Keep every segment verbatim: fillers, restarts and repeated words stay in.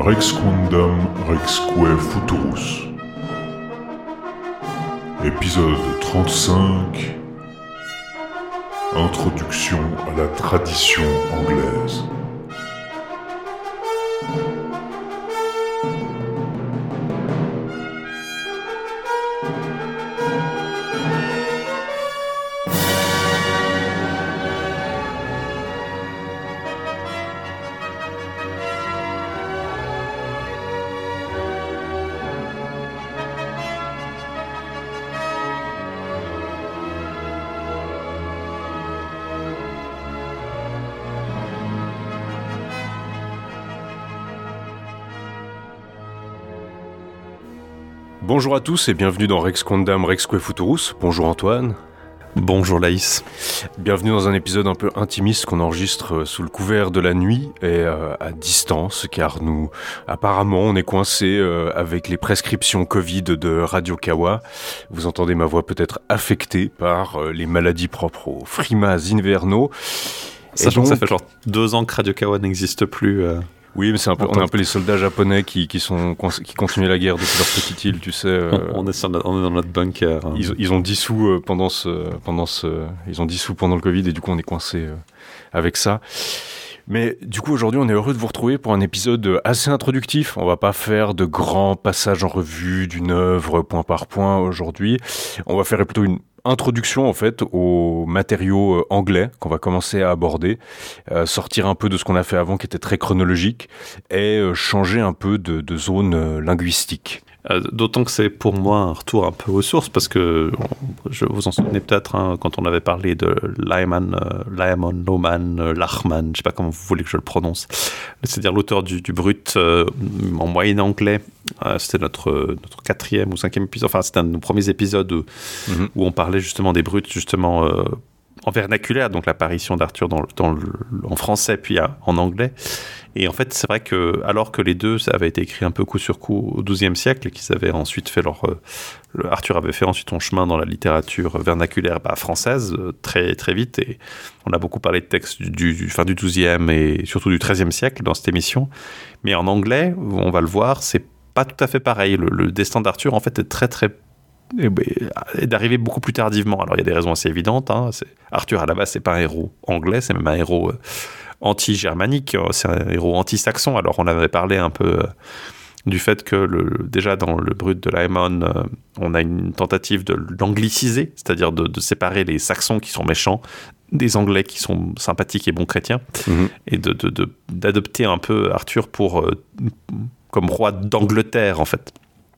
Rex Quondam Rexque Futurus. Épisode trente-cinq. Introduction à la tradition anglaise. Bonjour à tous et bienvenue dans Rex Quondam Rexque Futurus. Bonjour Antoine. Bonjour Laïs. Bienvenue dans un épisode un peu intimiste qu'on enregistre sous le couvert de la nuit et euh, à distance, car nous, apparemment, on est coincé euh, avec les prescriptions Covid de Radio Kawa. Vous entendez ma voix peut-être affectée par euh, les maladies propres aux frimas invernaux. Sachant donc... que ça fait genre deux ans que Radio Kawa n'existe plus... Euh... Oui, mais c'est un peu, on est un peu les soldats japonais qui, qui, sont, qui continuent la guerre depuis leur petite île, tu sais. Euh, on, est sur notre, on est dans notre bunker. Hein. Ils, ils ont dissous pendant ce, pendant ce, ils ont dissous pendant le Covid et du coup on est coincé avec ça. Mais du coup aujourd'hui on est heureux de vous retrouver pour un épisode assez introductif. On va pas faire de grands passages en revue d'une œuvre point par point aujourd'hui. On va faire plutôt une introduction en fait aux matériaux euh, anglais qu'on va commencer à aborder, euh, sortir un peu de ce qu'on a fait avant qui était très chronologique et euh, changer un peu de, de zone euh, linguistique. Euh, d'autant que c'est pour moi un retour un peu aux sources parce que on, je vous en souvenez peut-être hein, quand on avait parlé de Lyman, euh, Lyman, Lohman, euh, Lachman, je sais pas comment vous voulez que je le prononce, c'est-à-dire l'auteur du, du Brut euh, en moyen anglais. Euh, c'était notre, notre quatrième ou cinquième épisode, enfin c'était un de nos premiers épisodes où, mm-hmm. où on parlait justement des Bruts justement euh, en vernaculaire, donc l'apparition d'Arthur dans, dans le, en français puis en anglais. Et en fait, c'est vrai que alors que les deux, ça avait été écrit un peu coup sur coup au douzième siècle, et qu'ils avaient ensuite fait leur, euh, le, Arthur avait fait ensuite son chemin dans la littérature vernaculaire bah, française euh, très très vite. Et on a beaucoup parlé de textes du, du fin du douzième et surtout du treizième siècle dans cette émission. Mais en anglais, on va le voir, c'est pas tout à fait pareil. Le, le destin d'Arthur, en fait, est très très est d'arriver beaucoup plus tardivement. Alors il y a des raisons assez évidentes. Hein. C'est, Arthur à la base, c'est pas un héros anglais, c'est même un héros euh, anti-germanique, c'est un héros anti-saxon. Alors on avait parlé un peu euh, du fait que le, déjà dans le Brut de Lyman, euh, on a une tentative de l'angliciser, c'est-à-dire de, de séparer les saxons qui sont méchants des anglais qui sont sympathiques et bons chrétiens, mmh. et de, de, de, d'adopter un peu Arthur pour, euh, comme roi d'Angleterre en fait.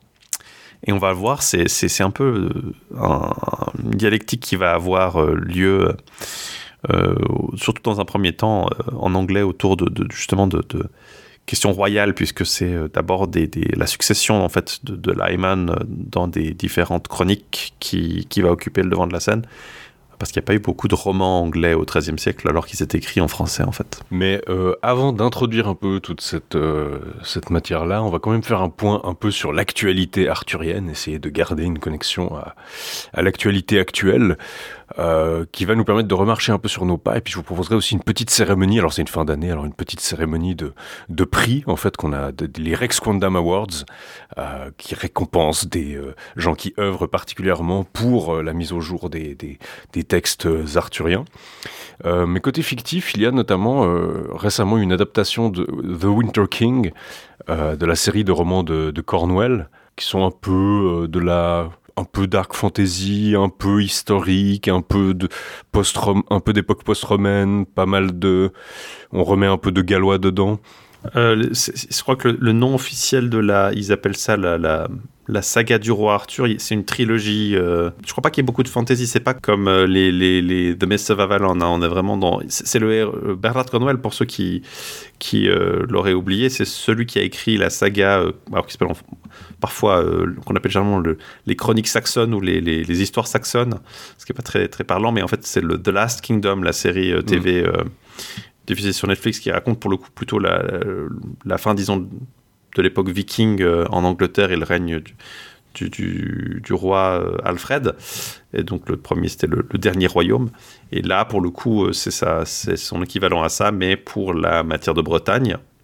Et on va le voir, c'est, c'est, c'est un peu un, une dialectique qui va avoir lieu, euh, surtout dans un premier temps, euh, en anglais, autour de, de justement de, de questions royales, puisque c'est d'abord des, des, la succession en fait de, de Lyman dans des différentes chroniques qui, qui va occuper le devant de la scène. Parce qu'il n'y a pas eu beaucoup de romans anglais au treizième siècle, alors qu'ils étaient écrits en français, en fait. Mais euh, avant d'introduire un peu toute cette, euh, cette matière-là, on va quand même faire un point un peu sur l'actualité arthurienne, essayer de garder une connexion à, à l'actualité actuelle, euh, qui va nous permettre de remarcher un peu sur nos pas. Et puis je vous proposerai aussi une petite cérémonie, alors c'est une fin d'année, alors une petite cérémonie de, de prix, en fait, qu'on a, de, les Rex Quondam Awards, euh, qui récompensent des euh, gens qui œuvrent particulièrement pour euh, la mise au jour des, des, des textes arthuriens. Euh, mais côté fictif, il y a notamment euh, récemment une adaptation de The Winter King, euh, de la série de romans de, de Cornwell, qui sont un peu euh, de la... un peu dark fantasy, un peu historique, un peu de post un peu d'époque post-romaine, pas mal de... on remet un peu de gallois dedans. Euh, je crois que le, le nom officiel de la... ils appellent ça la... la... La saga du roi Arthur, c'est une trilogie. Euh, je crois pas qu'il y ait beaucoup de fantasy. C'est pas comme euh, les, les, les The Mist of Avalon. Hein, on est vraiment dans. C'est, c'est le euh, Bernard Cornwell pour ceux qui qui euh, l'auraient oublié. C'est celui qui a écrit la saga, euh, alors qui s'appelle parfois euh, qu'on appelle généralement le, les chroniques saxonnes ou les, les, les histoires saxonnes, ce qui est pas très très parlant. Mais en fait, c'est le The Last Kingdom, la série euh, T V mmh. euh, diffusée sur Netflix, qui raconte pour le coup plutôt la la fin, disons, de l'époque viking euh, en Angleterre et le règne du, du, du, du roi euh, Alfred. Et donc le premier, c'était le, le dernier royaume. Et là, pour le coup, c'est, ça, c'est son équivalent à ça, mais pour la matière de Bretagne.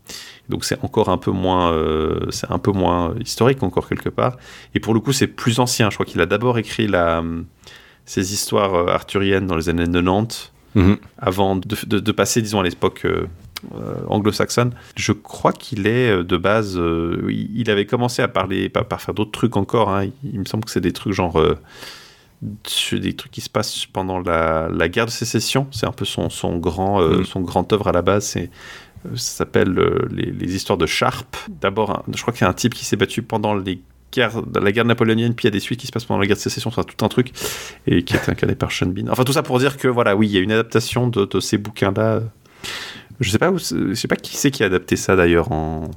Donc c'est encore un peu moins, euh, c'est un peu moins historique encore quelque part. Et pour le coup, c'est plus ancien. Je crois qu'il a d'abord écrit la, ces histoires arthuriennes dans les années quatre-vingt-dix, mm-hmm. avant de, de, de passer, disons, à l'époque euh, euh, anglo-saxonne. Je crois qu'il est de base, euh, il avait commencé à parler, par, par faire d'autres trucs encore. Hein. Il, il me semble que c'est des trucs genre, euh, des trucs qui se passent pendant la, la guerre de sécession. C'est un peu son, son grand, euh, mm. son grand œuvre à la base. C'est Ça s'appelle euh, les, les histoires de Sharp. D'abord, un, je crois qu'il y a un type qui s'est battu pendant les guerres, la guerre napoléonienne, puis il y a des suites qui se passent pendant la guerre de sécession, c'est tout un truc, et qui est incarné par Sean Bean. Enfin, tout ça pour dire que, voilà, oui, il y a une adaptation de, de ces bouquins-là. Je sais pas où, je sais pas qui c'est qui a adapté ça, d'ailleurs, en,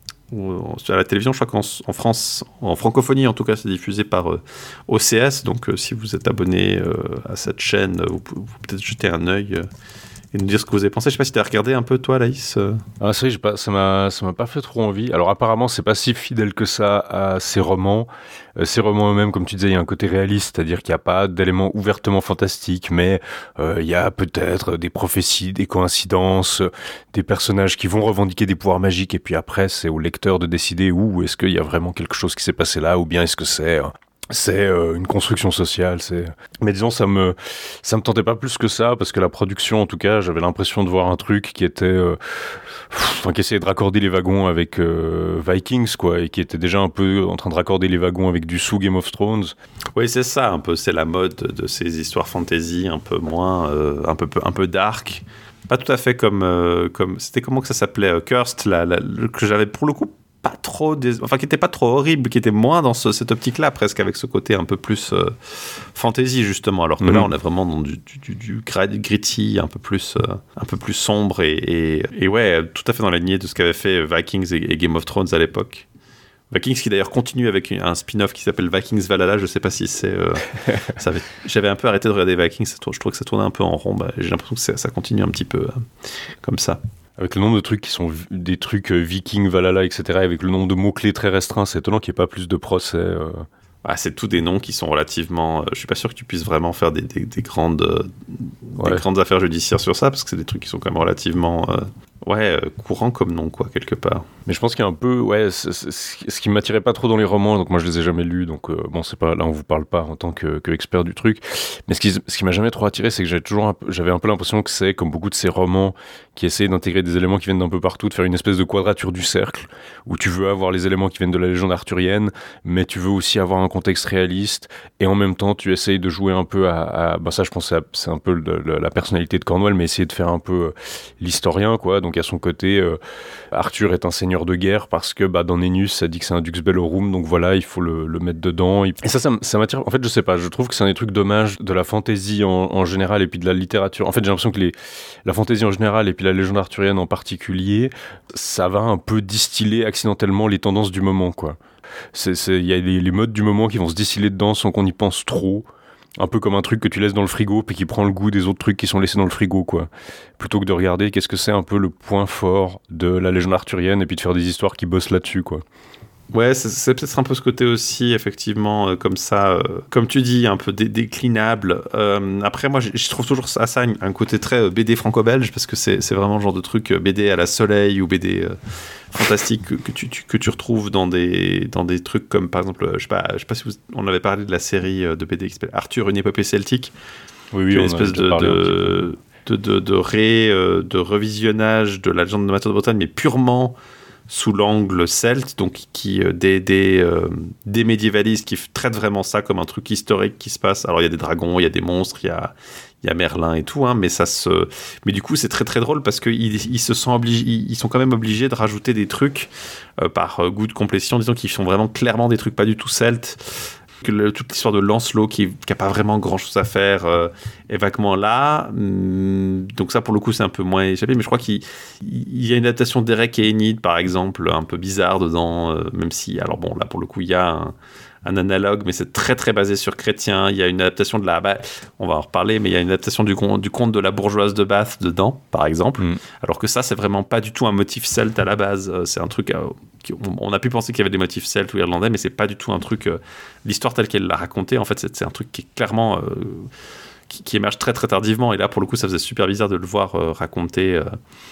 en, à la télévision. Je crois qu'en en France, en francophonie, en tout cas, c'est diffusé par euh, O C S, donc euh, si vous êtes abonné euh, à cette chaîne, vous pouvez peut-être jeter un œil euh, et nous dire ce que vous avez pensé. Je sais pas si tu as regardé un peu, toi, Laïs. Ah, c'est vrai, j'ai pas, ça m'a, ça m'a pas fait trop envie. Alors, apparemment, c'est pas si fidèle que ça à ces romans. Euh, ces romans eux-mêmes, comme tu disais, il y a un côté réaliste, c'est-à-dire qu'il n'y a pas d'éléments ouvertement fantastiques, mais euh, il y a peut-être des prophéties, des coïncidences, des personnages qui vont revendiquer des pouvoirs magiques, et puis après, c'est au lecteur de décider où est-ce qu'il y a vraiment quelque chose qui s'est passé là, ou bien est-ce que c'est... Euh, C'est euh, une construction sociale, c'est. Mais disons, ça me, ça me tentait pas plus que ça, parce que la production, en tout cas, j'avais l'impression de voir un truc qui était, euh, enfin, qui essayait de raccorder les wagons avec euh, Vikings, quoi, et qui était déjà un peu en train de raccorder les wagons avec du sous Game of Thrones. Oui, c'est ça, un peu, c'est la mode de ces histoires fantasy, un peu moins, euh, un peu, un peu dark. Pas tout à fait comme, euh, comme, c'était comment que ça s'appelait, euh, Cursed, la, la, que j'avais pour le coup. Pas trop dés... enfin qui était pas trop horrible, qui était moins dans ce, cette optique là presque, avec ce côté un peu plus euh, fantasy justement, alors que mmh. là on est vraiment dans du, du, du gritty un peu plus euh, un peu plus sombre et, et, et ouais, tout à fait dans la lignée de ce qu'avaient fait Vikings et, et Game of Thrones à l'époque. Vikings qui d'ailleurs continue avec un spin-off qui s'appelle Vikings Valhalla. Je sais pas si c'est euh, ça avait... j'avais un peu arrêté de regarder Vikings, je trouve que ça tournait un peu en rond, bah, j'ai l'impression que ça, ça continue un petit peu euh, comme ça. Avec le nombre de trucs qui sont v- des trucs euh, Vikings, Valhalla, et cetera, avec le nombre de mots-clés très restreints, c'est étonnant qu'il n'y ait pas plus de procès. Euh... Ah, c'est tous des noms qui sont relativement... Euh, je suis pas sûr que tu puisses vraiment faire des, des, des, grandes, euh, ouais. des grandes affaires judiciaires sur ça, parce que c'est des trucs qui sont quand même relativement... Euh, ouais, euh, courants comme nom, quoi, quelque part. Mais je pense qu'il y a un peu... Ouais, c'est, c'est, c'est, ce qui m'attirait pas trop dans les romans, donc moi je les ai jamais lus, donc euh, bon, c'est pas... Là, on vous parle pas en tant que, que expert du truc. Mais ce qui, ce qui m'a jamais trop attiré, c'est que j'avais toujours un peu, j'avais un peu l'impression que c'est, comme beaucoup de ces romans qui essaient d'intégrer des éléments qui viennent d'un peu partout, de faire une espèce de quadrature du cercle, où tu veux avoir les éléments qui viennent de la légende arthurienne, mais tu veux aussi avoir un contexte réaliste, et en même temps, tu essayes de jouer un peu à... à ben ça, je pense que c'est un peu le, le, la personnalité de Cornwell, mais essayer de faire un peu l'historien, quoi. Donc, à son côté, euh, Arthur est un seigneur de guerre parce que bah, dans Nenus, ça dit que c'est un Dux Bellorum, donc voilà, il faut le, le mettre dedans. Et ça, ça, ça m'attire. En fait, je sais pas, je trouve que c'est un des trucs dommages de la fantasy en, en général et puis de la littérature. En fait, j'ai l'impression que les, la fantasy en général et puis la légende arthurienne en particulier, ça va un peu distiller accidentellement les tendances du moment, quoi. C'est, c'est, y a les, les modes du moment qui vont se distiller dedans sans qu'on y pense trop. Un peu comme un truc que tu laisses dans le frigo puis qui prend le goût des autres trucs qui sont laissés dans le frigo, quoi. Plutôt que de regarder qu'est-ce que c'est un peu le point fort de la légende arthurienne et puis de faire des histoires qui bossent là-dessus, quoi. Ouais, c'est, c'est peut-être un peu ce côté aussi, effectivement, euh, comme ça, euh, comme tu dis, un peu dé- déclinable. Euh, après, moi, je trouve toujours ça, ça un côté très euh, B D franco-belge, parce que c'est, c'est vraiment le genre de truc euh, B D à la Soleil ou B D euh, fantastique que, que, tu, tu, que tu retrouves dans des, dans des trucs comme, par exemple, je sais pas, je sais pas si vous, on avait parlé de la série de B D qui s'appelle Arthur, une épopée celtique. Oui, oui, une on espèce de, de, de, de, de, ré, euh, de revisionnage de la légende de Mathieu de Bretagne, mais purement sous l'angle celte, donc qui euh, des, des, euh, des médiévalistes qui traitent vraiment ça comme un truc historique qui se passe. Alors il y a des dragons, il y a des monstres, il y a, il y a Merlin et tout, hein, mais ça se, mais du coup c'est très très drôle parce que ils, ils se sont obligés, ils, ils sont quand même obligés de rajouter des trucs euh, par euh, goût de complétion, disons qu'ils sont vraiment clairement des trucs pas du tout celtes. Que le, toute l'histoire de Lancelot qui n'a pas vraiment grand chose à faire euh, est vaguement là, hum, donc ça pour le coup c'est un peu moins échappé, mais je crois qu'il il y a une adaptation d'Eric et Enid par exemple un peu bizarre dedans, euh, même si alors bon là pour le coup il y a un, un analogue, mais c'est très très basé sur Chrétien. Il y a une adaptation de la, bah, on va en reparler, mais il y a une adaptation du, du conte de la bourgeoise de Bath dedans, par exemple. Mm. Alors que ça, c'est vraiment pas du tout un motif celte à la base. C'est un truc, euh, qui, on, on a pu penser qu'il y avait des motifs celtes ou irlandais, mais c'est pas du tout un truc. Euh, l'histoire telle qu'elle l'a racontée, en fait, c'est, c'est un truc qui est clairement, euh, qui, qui émerge très très tardivement. Et là, pour le coup, ça faisait super bizarre de le voir euh, raconter. Euh,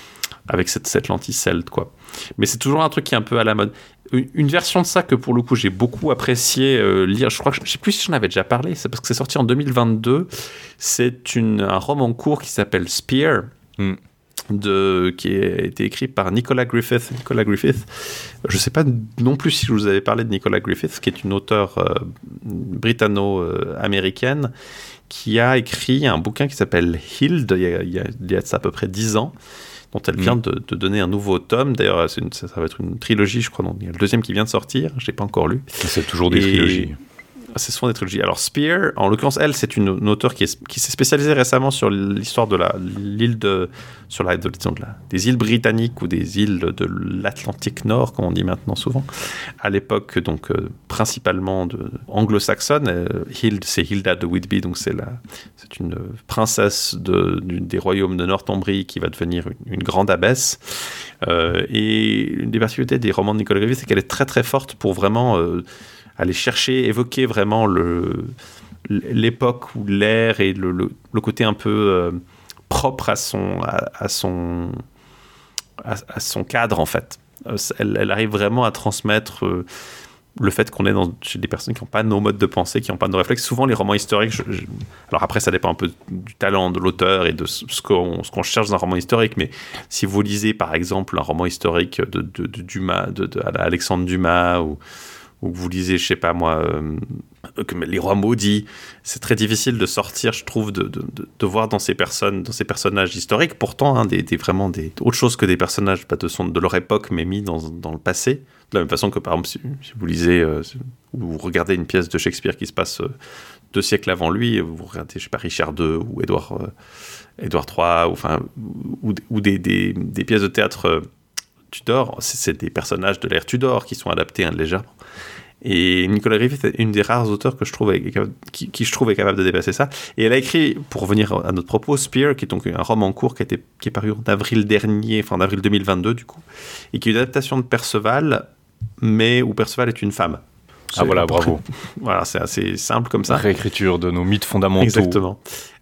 avec cette, cette lentille Celt, quoi. Mais c'est toujours un truc qui est un peu à la mode. Une, une version de ça que pour le coup j'ai beaucoup apprécié euh, lire, je crois que je, je sais plus si j'en avais déjà parlé, c'est parce que c'est sorti en deux mille vingt-deux. C'est une, un roman court qui s'appelle Spear. Mm. De, qui a été écrit par Nicola Griffith. Nicola Griffith, je ne sais pas non plus si je vous avais parlé de Nicola Griffith, qui est une auteure euh, britanno-américaine, qui a écrit un bouquin qui s'appelle Hild, il y a, il y a, il y a de ça à peu près dix ans, dont elle vient mmh. de, de donner un nouveau tome. D'ailleurs, c'est une, ça, ça va être une trilogie, je crois. Donc, il y a le deuxième qui vient de sortir, je ne l'ai pas encore lu. C'est toujours des Et... trilogies. C'est souvent des trilogies. Alors Spear, en l'occurrence, elle, c'est une, une auteure qui, est, qui s'est spécialisée récemment sur l'histoire de la, l'île de, sur la, de, disons, de la, des îles britanniques ou des îles de l'Atlantique Nord, comme on dit maintenant souvent, à l'époque donc euh, principalement de, anglo-saxonne. Euh, Hild, c'est Hilda de Whitby, donc c'est la, c'est une princesse de, du, des royaumes de Northumbrie qui va devenir une, une grande abbesse. Euh, et une des particularités des romans de Nicola Griffith, c'est qu'elle est très très forte pour vraiment euh, aller chercher, évoquer vraiment le, l'époque ou l'ère et le, le, le côté un peu euh, propre à son, à, à, son, à, à son cadre, en fait. Euh, elle, elle arrive vraiment à transmettre euh, le fait qu'on est dans, chez des personnes qui n'ont pas nos modes de pensée, qui n'ont pas nos réflexes. Souvent, les romans historiques, je, je, alors après, ça dépend un peu du talent de l'auteur et de ce qu'on, ce qu'on cherche dans un roman historique, mais si vous lisez, par exemple, un roman historique de, de, de Dumas, de, de Alexandre Dumas, ou ou que vous lisez, je sais pas moi, euh, Les Rois Maudits, c'est très difficile de sortir, je trouve, de, de, de, de voir dans ces personnes, dans ces personnages historiques, pourtant, hein, des, des, vraiment des, autre chose que des personnages pas de, son, de leur époque, mais mis dans, dans le passé. De la même façon que, par exemple, si, si vous lisez, euh, ou vous regardez une pièce de Shakespeare qui se passe euh, deux siècles avant lui, vous regardez, je sais pas, Richard deux ou Édouard, euh, Édouard trois, ou, enfin, ou, ou des, des, des pièces de théâtre euh, Tudor, c'est, c'est des personnages de l'ère Tudor qui sont adaptés hein, légèrement. Et Nicola Griffith est une des rares auteurs que je trouve est, qui, qui je trouve est capable de dépasser ça. Et elle a écrit, pour revenir à notre propos, Spear, qui est donc un roman court qui, a été, qui est paru en avril dernier, enfin en avril deux mille vingt-deux du coup, et qui est une adaptation de Perceval, mais où Perceval est une femme. C'est ah voilà, bravo. Voilà, c'est assez simple comme ça. Réécriture de nos mythes fondamentaux. Exactement.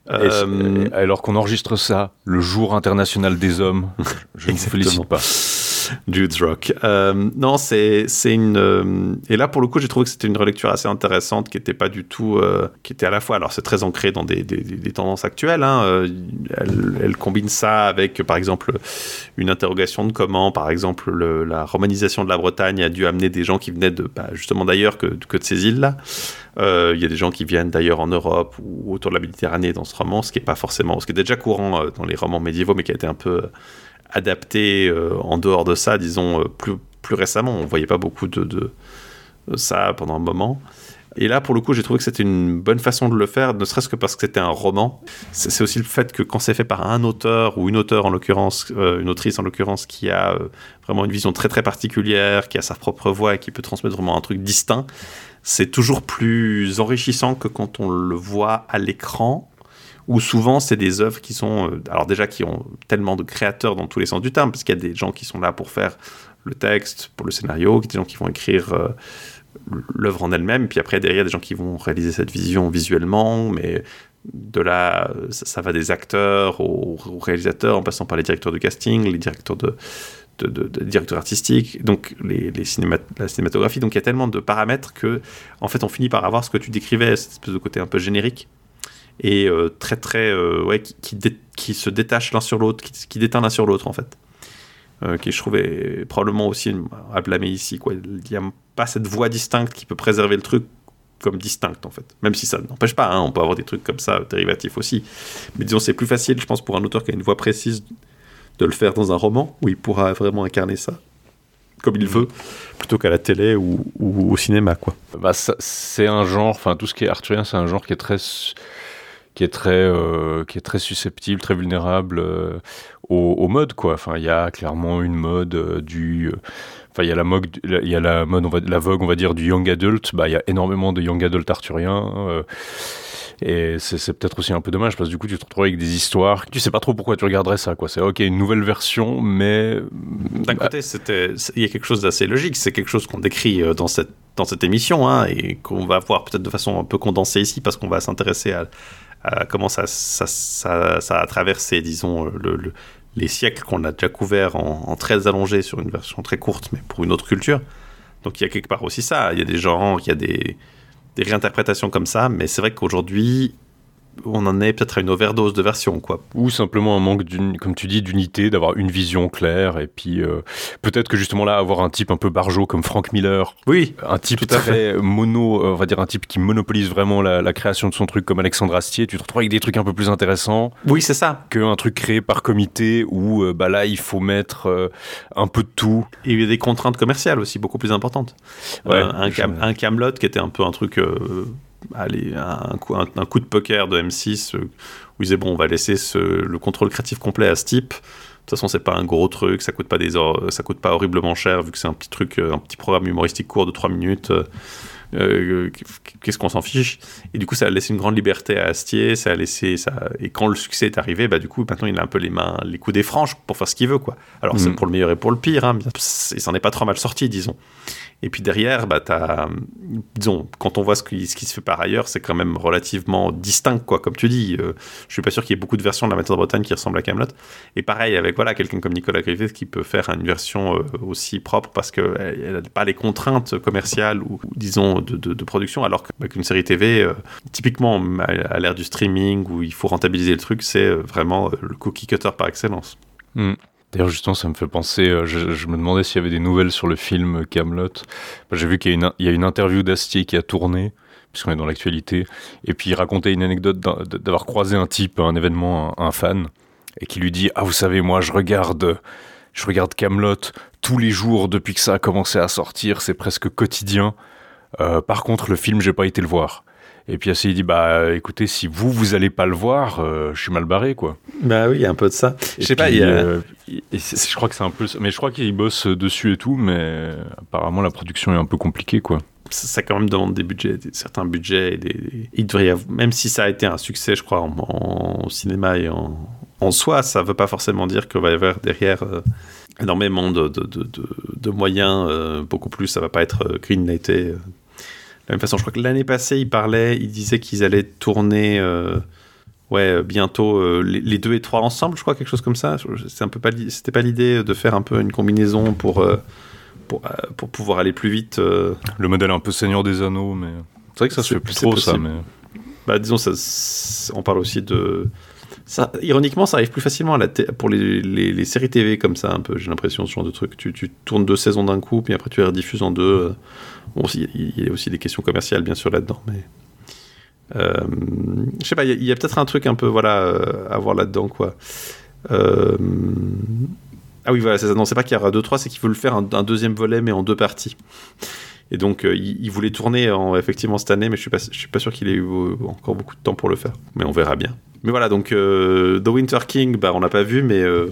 Euh... Alors qu'on enregistre ça, le jour international des hommes, je ne vous félicite pas. Jude's Rock. Euh, non, c'est, c'est une... Euh, et là, pour le coup, j'ai trouvé que c'était une relecture assez intéressante qui était pas du tout... Euh, qui était à la fois... Alors, c'est très ancré dans des, des, des tendances actuelles. Hein, euh, elle, elle combine ça avec, par exemple, une interrogation de comment, par exemple, le, la romanisation de la Bretagne a dû amener des gens qui venaient de, bah, justement d'ailleurs que, que de ces îles-là. Il euh, y a des gens qui viennent d'ailleurs en Europe ou autour de la Méditerranée dans ce roman, ce qui est pas forcément... Ce qui est déjà courant euh, dans les romans médiévaux, mais qui a été un peu... adapté euh, en dehors de ça, disons, euh, plus, plus récemment. On ne voyait pas beaucoup de, de, de ça pendant un moment. Et là, pour le coup, j'ai trouvé que c'était une bonne façon de le faire, ne serait-ce que parce que c'était un roman. C'est, c'est aussi le fait que quand c'est fait par un auteur, ou une auteure en l'occurrence, euh, une autrice en l'occurrence, qui a euh, vraiment une vision très très particulière, qui a sa propre voix et qui peut transmettre vraiment un truc distinct, c'est toujours plus enrichissant que quand on le voit à l'écran, où souvent c'est des œuvres qui sont, euh, alors déjà qui ont tellement de créateurs dans tous les sens du terme, parce qu'il y a des gens qui sont là pour faire le texte, pour le scénario, des gens qui vont écrire euh, l'œuvre en elle-même, puis après derrière des gens qui vont réaliser cette vision visuellement, mais de là, ça, ça va des acteurs aux, aux réalisateurs, en passant par les directeurs de casting, les directeurs de, de, de, de directeurs artistiques, donc les, les cinémat, la cinématographie, donc il y a tellement de paramètres que, en fait, on finit par avoir ce que tu décrivais, cette espèce de côté un peu générique, et euh, très très euh, ouais qui, qui, dé, qui se détachent l'un sur l'autre, qui, qui déteint l'un sur l'autre en fait, euh, qui je trouvais probablement aussi à blâmer ici quoi. Il n'y a pas cette voix distincte qui peut préserver le truc comme distincte en fait, même si ça n'empêche pas hein, on peut avoir des trucs comme ça dérivatifs aussi, mais disons c'est plus facile je pense pour un auteur qui a une voix précise de le faire dans un roman où il pourra vraiment incarner ça comme il veut, plutôt qu'à la télé ou, ou au cinéma quoi. Bah ça, c'est un genre, enfin tout ce qui est arthurien c'est un genre qui est très qui est très euh, qui est très susceptible, très vulnérable euh, aux, aux modes quoi. Enfin il y a clairement une mode euh, du euh, enfin il y a la mode il y a la mode on va la vogue on va dire du young adult, bah il y a énormément de young adult arthuriens euh, et c'est, c'est peut-être aussi un peu dommage parce que du coup tu te retrouves avec des histoires tu sais pas trop pourquoi tu regarderais ça quoi. C'est ok une nouvelle version mais d'un côté bah, c'était il y a quelque chose d'assez logique, c'est quelque chose qu'on décrit dans cette dans cette émission hein, et qu'on va voir peut-être de façon un peu condensée ici parce qu'on va s'intéresser à, à comment ça, ça, ça, ça a traversé disons le, le les siècles qu'on a déjà couverts en, en très allongé sur une version très courte, mais pour une autre culture. Donc il y a quelque part aussi ça. Il y a des genres, il y a des, des réinterprétations comme ça, mais c'est vrai qu'aujourd'hui, on en est peut-être à une overdose de versions, quoi. Ou simplement un manque, d'une, comme tu dis, d'unité, d'avoir une vision claire, et puis euh, peut-être que justement là, avoir un type un peu barjot comme Frank Miller, oui, un type très mono, on va dire un type qui monopolise vraiment la, la création de son truc comme Alexandre Astier, tu te retrouves avec des trucs un peu plus intéressants. Oui, c'est ça. Qu'un truc créé par comité où euh, bah là, il faut mettre euh, un peu de tout. Et il y a des contraintes commerciales aussi beaucoup plus importantes. Ouais, euh, un, cam- un Camelot qui était un peu un truc... Euh, Allez, un, coup, un, un coup de poker de M six euh, où ils disaient bon, on va laisser ce, le contrôle créatif complet à ce type. De toute façon, c'est pas un gros truc, ça coûte pas des or, ça coûte pas horriblement cher vu que c'est un petit truc, un petit programme humoristique court de trois minutes. Euh, euh, qu'est-ce qu'on s'en fiche? Et du coup, ça a laissé une grande liberté à Astier, ça a laissé ça. Et quand le succès est arrivé, bah du coup, maintenant il a un peu les mains, les coups des franges pour faire ce qu'il veut, quoi. Alors mmh. c'est pour le meilleur et pour le pire, hein. Il s'en est pas trop mal sorti, disons. Et puis derrière, bah, t'as, disons, quand on voit ce qui, ce qui se fait par ailleurs, c'est quand même relativement distinct, quoi, comme tu dis. Euh, je suis pas sûr qu'il y ait beaucoup de versions de La Méthode de Bretagne qui ressemblent à Camelot. Et pareil, avec voilà, quelqu'un comme Nicolas Griffith qui peut faire une version euh, aussi propre parce qu'elle n'a pas les contraintes commerciales ou, ou disons, de, de, de production, alors qu'une série T V, euh, typiquement, à l'ère du streaming, où il faut rentabiliser le truc, c'est vraiment le cookie cutter par excellence. Mm. D'ailleurs, justement, ça me fait penser, euh, je, je me demandais s'il y avait des nouvelles sur le film Camelot. Bah, j'ai vu qu'il y a, une, il y a une interview d'Astier qui a tourné, puisqu'on est dans l'actualité, et puis il racontait une anecdote d'avoir croisé un type à un événement, un, un fan, et qui lui dit « Ah, vous savez, moi, je regarde, je regarde Camelot tous les jours depuis que ça a commencé à sortir, c'est presque quotidien. Euh, par contre, le film, j'ai pas été le voir. » Et puis Astier dit bah écoutez, si vous vous allez pas le voir, euh, je suis mal barré, quoi. Bah oui, il y a un peu de ça. Je sais pas, il y a... euh, et c'est, je crois que c'est un peu, mais je crois qu'il bosse dessus et tout, mais apparemment la production est un peu compliquée, quoi. Ça, ça quand même demande des budgets, des, certains budgets. Et des, il devrait y avoir, même si ça a été un succès, je crois, en, en cinéma et en, en soi, ça veut pas forcément dire qu'il va y avoir derrière euh, énormément de, de, de, de, de moyens, euh, beaucoup plus. Ça va pas être greenlighté. Euh, de la même façon, je crois que l'année passée, ils parlaient, ils disaient qu'ils allaient tourner euh, ouais, bientôt euh, les, les deux et trois ensemble, je crois, quelque chose comme ça. C'est un peu pas, c'était pas l'idée de faire un peu une combinaison pour, euh, pour, euh, pour pouvoir aller plus vite. Euh... Le modèle un peu Seigneur des Anneaux, mais c'est vrai que ça se fait plus trop, ça. Mais... Bah, disons, ça, on parle aussi de... Ça, ironiquement, ça arrive plus facilement à la t- pour les, les, les séries T V comme ça, un peu, j'ai l'impression, ce genre de truc. Tu, tu tournes deux saisons d'un coup, puis après tu les rediffuses en deux. Euh, bon, il y, y a aussi des questions commerciales, bien sûr, là-dedans, mais... Euh, je sais pas, il y, y a peut-être un truc un peu, voilà, euh, à voir là-dedans, quoi. Euh, ah oui, voilà, c'est ça. Non, c'est pas qu'il y aura deux trois, c'est qu'il veut le faire un, un deuxième volet, mais en deux parties. Et donc, euh, il, il voulait tourner en, effectivement cette année, mais je suis pas, je suis pas sûr qu'il ait eu euh, encore beaucoup de temps pour le faire. Mais on verra bien. Mais voilà, donc euh, The Winter King, bah, on l'a pas vu, mais euh,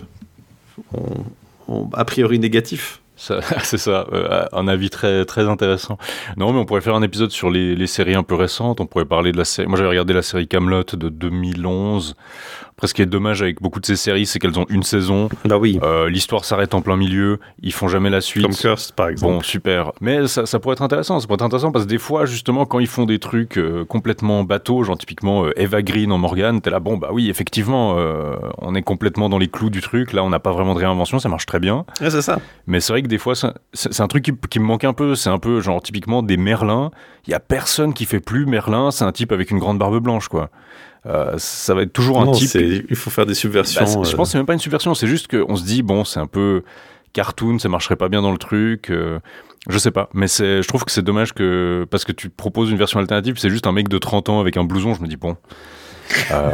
on, on, a priori négatif. Ça, c'est ça, euh, un avis très, très intéressant. Non, mais on pourrait faire un épisode sur les, les séries un peu récentes. On pourrait parler de la série. Moi, j'avais regardé la série Camelot de deux mille onze. Après, ce qui est dommage avec beaucoup de ces séries, c'est qu'elles ont une saison. Bah oui. Euh, l'histoire s'arrête en plein milieu. Ils font jamais la suite. Comme Cursed, par exemple. Bon, super. Mais ça, ça pourrait être intéressant. Ça pourrait être intéressant parce que des fois, justement, quand ils font des trucs euh, complètement bateaux, genre typiquement euh, Eva Green en Morgane, t'es là, bon, bah oui, effectivement, euh, on est complètement dans les clous du truc. Là, on n'a pas vraiment de réinvention. Ça marche très bien. Ouais, c'est ça. Mais c'est vrai que des fois, c'est, c'est un truc qui, qui me manque un peu. C'est un peu, genre, typiquement des Merlin. Il y a personne qui fait plus Merlin. C'est un type avec une grande barbe blanche, quoi. Euh, ça va être toujours un non, type. C'est... Il faut faire des subversions. Bah, euh... Je pense que c'est même pas une subversion, c'est juste qu'on se dit, bon, c'est un peu cartoon, ça marcherait pas bien dans le truc. Euh, je sais pas, mais c'est, je trouve que c'est dommage que. Parce que tu proposes une version alternative, c'est juste un mec de trente ans avec un blouson, je me dis, bon. Euh,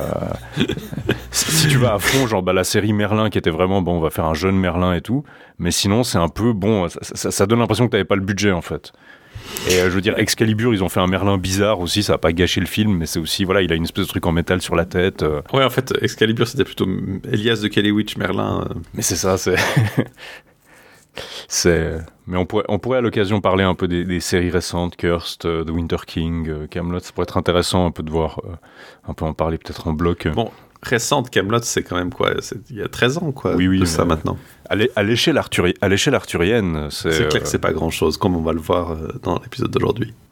si tu vas à fond, genre bah, la série Merlin qui était vraiment, bon, on va faire un jeune Merlin et tout, mais sinon, c'est un peu, bon, ça, ça, ça donne l'impression que t'avais pas le budget en fait. Et euh, je veux dire, Excalibur, ils ont fait un Merlin bizarre aussi, ça a pas gâché le film, mais c'est aussi, voilà, il a une espèce de truc en métal sur la tête. Euh... Ouais, en fait, Excalibur, c'était plutôt Elias de Kellywitch, Merlin. Euh... Mais c'est ça, c'est... c'est... Mais on pourrait, on pourrait à l'occasion parler un peu des, des séries récentes, Cursed, uh, The Winter King, uh, Camelot, ça pourrait être intéressant un peu de voir, uh, un peu en parler peut-être en bloc. Bon, récente, Camelot, c'est quand même quoi, c'est il y a treize ans, quoi, oui, oui, de ça maintenant. À, l'é- à, l'échelle arthuri- à l'échelle arthurienne, c'est... C'est clair euh... que c'est pas grand-chose, comme on va le voir euh, dans l'épisode d'aujourd'hui.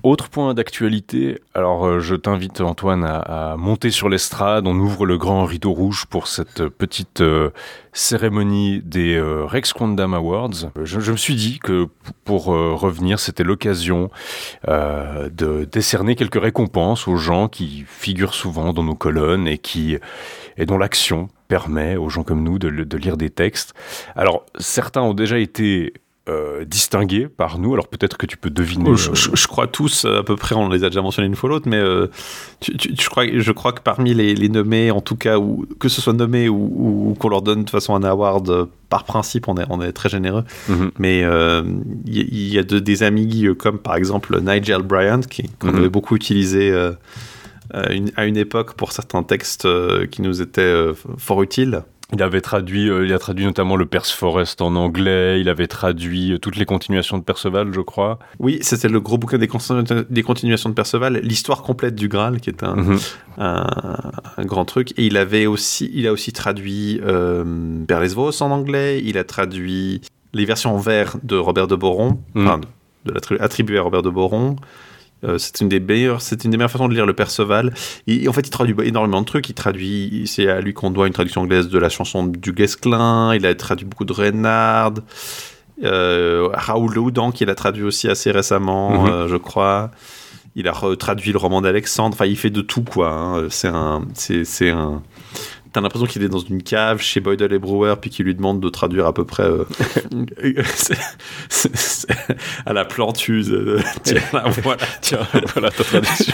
Autre point d'actualité, alors euh, je t'invite Antoine à, à monter sur l'estrade, on ouvre le grand rideau rouge pour cette petite euh, cérémonie des euh, Rex Quandam Awards. Je, je me suis dit que p- pour euh, revenir, c'était l'occasion euh, de décerner quelques récompenses aux gens qui figurent souvent dans nos colonnes et, qui, et dont l'action permet aux gens comme nous de, de lire des textes. Alors certains ont déjà été... Euh, distingués par nous, alors peut-être que tu peux deviner. Oh, je, euh... je, je crois tous à peu près, on les a déjà mentionnés une fois l'autre, mais euh, tu, tu, je, crois, je crois que parmi les, les nommés, en tout cas, ou, que ce soit nommé ou, ou qu'on leur donne de façon un award, euh, par principe, on est, on est très généreux. Mm-hmm. Mais il euh, y, y a de, des amis comme par exemple Nigel Bryant, qui, qu'on mm-hmm. avait beaucoup utilisé euh, à, une, à une époque pour certains textes euh, qui nous étaient euh, fort utiles. Il avait traduit, euh, il a traduit notamment le Perceforest en anglais, il avait traduit euh, toutes les continuations de Perceval, je crois. Oui, c'était le gros bouquin des, continu- des continuations de Perceval, l'histoire complète du Graal, qui est un, mm-hmm. un, un grand truc. Et il avait aussi, il a aussi traduit euh, Berlesvos en anglais, il a traduit les versions en vers de Robert de Boron, mm. enfin, de, de l'attribué attribué à Robert de Boron. Euh, c'est une des meilleures, c'est une des meilleures façons de lire le Perceval. Et, et en fait, il traduit énormément de trucs. Il traduit, c'est à lui qu'on doit une traduction anglaise de la chanson du Guesclin. Il a traduit beaucoup de Reynard. Euh, Raoul Le Houdan, qu'il a traduit aussi assez récemment, mm-hmm. euh, je crois. Il a traduit le roman d'Alexandre. Enfin, il fait de tout, quoi. Hein. C'est un, c'est, c'est un. T'as l'impression qu'il est dans une cave chez Boydell et Brewer, puis qu'il lui demande de traduire à peu près euh, c'est, c'est, c'est, à la plantuse. Euh, tiens, là, voilà, tiens, voilà ta traduction.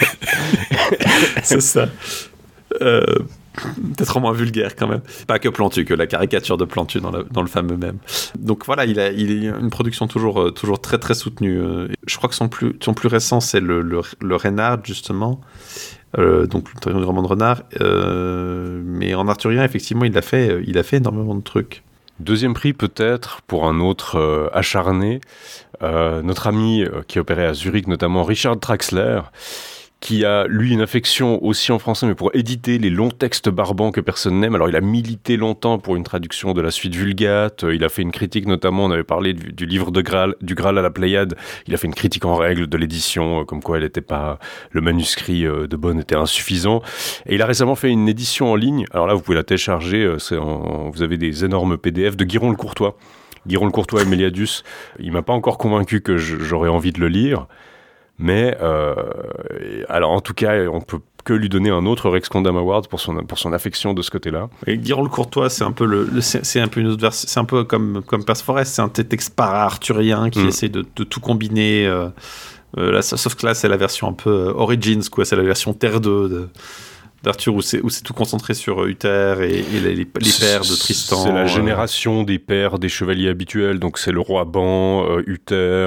C'est ça. Euh, peut-être moins vulgaire quand même. Pas que Plantu, que la caricature de Plantu dans, la, dans le fameux même. Donc voilà, il a, il a une production toujours, toujours très très soutenue. Je crois que son plus, son plus récent, c'est le, le, le Reynard, justement. Euh, donc le roman de Renard, euh, mais en arthurien effectivement il a fait, il a fait énormément de trucs. Deuxième prix peut-être pour un autre euh, acharné, euh, notre ami euh, qui opérait à Zurich notamment, Richard Traxler, qui a, lui, une affection aussi en français, mais pour éditer les longs textes barbants que personne n'aime. Alors, il a milité longtemps pour une traduction de la suite Vulgate. Il a fait une critique, notamment, on avait parlé du, du livre de Graal, du Graal à la Pléiade. Il a fait une critique en règle de l'édition, comme quoi elle était pas, le manuscrit de Bonn était insuffisant. Et il a récemment fait une édition en ligne. Alors là, vous pouvez la télécharger. C'est en, vous avez des énormes P D F de Guiron le Courtois. Guiron le Courtois et Méliadus. Il m'a pas encore convaincu que j'aurais envie de le lire. Mais, euh, alors en tout cas, on peut que lui donner un autre Rex Quandam Award pour son, pour son affection de ce côté-là. Et Guiron le Courtois, c'est un peu, le, le, c'est, c'est un peu une autre version, c'est un peu comme, comme Perceforest, c'est un texte para-arthurien qui mmh. essaie de, de tout combiner. Euh, euh, là, sauf que là, c'est la version un peu euh, Origins, quoi, c'est la version Terre deux de, d'Arthur, où c'est, où c'est tout concentré sur Uther et, et les, les pères de Tristan. C'est la génération euh... des pères des chevaliers habituels, donc c'est le roi Ban, euh, Uther,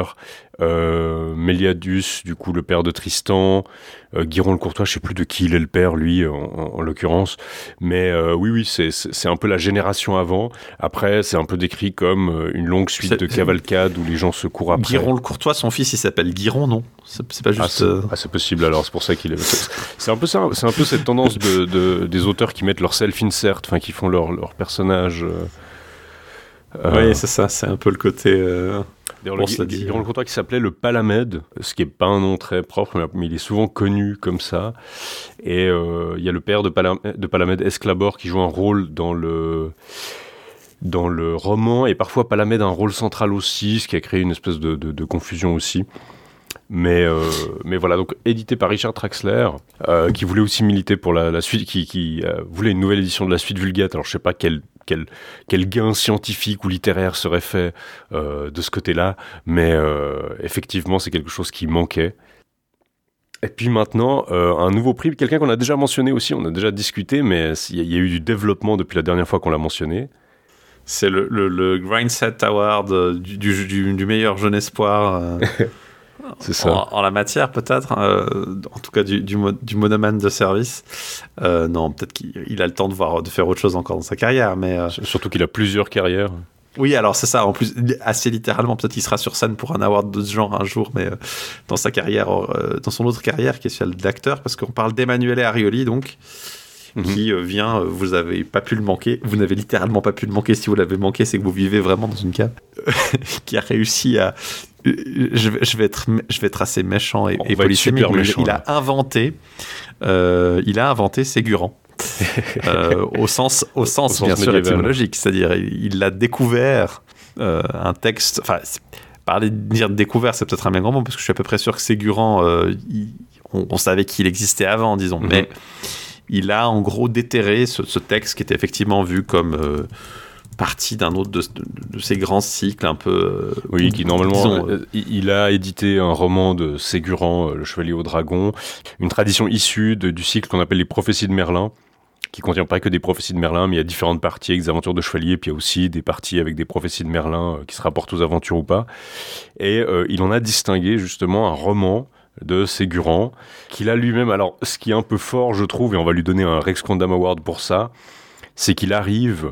euh, Méliadus, du coup le père de Tristan, euh, Guiron le Courtois, je sais plus de qui il est le père, lui, en, en, en l'occurrence, mais euh, oui, oui, c'est, c'est, c'est un peu la génération avant. Après, c'est un peu décrit comme une longue suite c'est, de cavalcades où les gens se courent après. Guiron le Courtois, son fils, il s'appelle Guiron, non? C'est, c'est pas juste... Ah, c'est, euh... ah, c'est possible, alors, c'est pour ça qu'il est... C'est, c'est un peu ça, c'est un peu cette tendance de, de, des auteurs qui mettent leur self-insert, enfin, qui font leur, leur personnage... Euh... Oui, c'est ça, c'est un peu le côté... Euh... D'ailleurs, bon, le Guiron le Courtois qui s'appelait le Palamède, ce qui n'est pas un nom très propre, mais, mais il est souvent connu comme ça. Et il euh, y a le père de, Palam- de Palamède, Esclabor, qui joue un rôle dans le, dans le roman, et parfois Palamède a un rôle central aussi, ce qui a créé une espèce de, de, de confusion aussi. Mais, euh, mais voilà, donc édité par Richard Traxler, euh, qui voulait aussi militer pour la, la suite, qui, qui euh, voulait une nouvelle édition de la suite Vulgate. Alors je sais pas quel, quel, quel gain scientifique ou littéraire serait fait euh, de ce côté-là, mais euh, effectivement c'est quelque chose qui manquait. Et puis maintenant, euh, un nouveau prix, quelqu'un qu'on a déjà mentionné aussi, on a déjà discuté, mais il y, y a eu du développement depuis la dernière fois qu'on l'a mentionné. C'est le, le, le Grindset Award du, du, du, du meilleur jeune espoir. Euh... C'est ça. En, en la matière, peut-être, euh, en tout cas du, du, du monomane de service. Euh, non, peut-être qu'il a le temps de, voir, de faire autre chose encore dans sa carrière. Mais, euh... surtout qu'il a plusieurs carrières. Oui, alors c'est ça, en plus, assez littéralement, peut-être qu'il sera sur scène pour un award de ce genre un jour, mais euh, dans sa carrière, euh, dans son autre carrière, qui est celle d'acteur, parce qu'on parle d'Emanuele Arioli, donc, mm-hmm. qui euh, vient, euh, vous n'avez pas pu le manquer, vous n'avez littéralement pas pu le manquer, si vous l'avez manqué, c'est que vous vivez vraiment dans une cave, qui a réussi à... je, vais, je, vais être, je vais être assez méchant et, On et va être super il, méchant, il a inventé, euh, il a inventé Ségurant. euh, au sens, au sens, au sens bien médiéval. Sûr étymologique, c'est-à-dire il, il a découvert euh, un texte. Enfin, parler de dire découvert, c'est peut-être un bien grand mot parce que je suis à peu près sûr que Ségurant, euh, il, on, on savait qu'il existait avant, disons, mm-hmm. mais il a en gros déterré ce, ce texte qui était effectivement vu comme euh, partie d'un autre de, de, de ces grands cycles un peu. Euh, oui, qui normalement, disons, euh, il a édité un roman de Ségurant, euh, le Chevalier au Dragon, une tradition issue de, du cycle qu'on appelle les Prophéties de Merlin, qui contient pas que des prophéties de Merlin, mais il y a différentes parties avec des aventures de chevaliers, puis il y a aussi des parties avec des prophéties de Merlin euh, qui se rapportent aux aventures ou pas. Et euh, il en a distingué justement un roman de Ségurant, qu'il a lui-même... Alors, ce qui est un peu fort, je trouve, et on va lui donner un Rex Condam Award pour ça, c'est qu'il arrive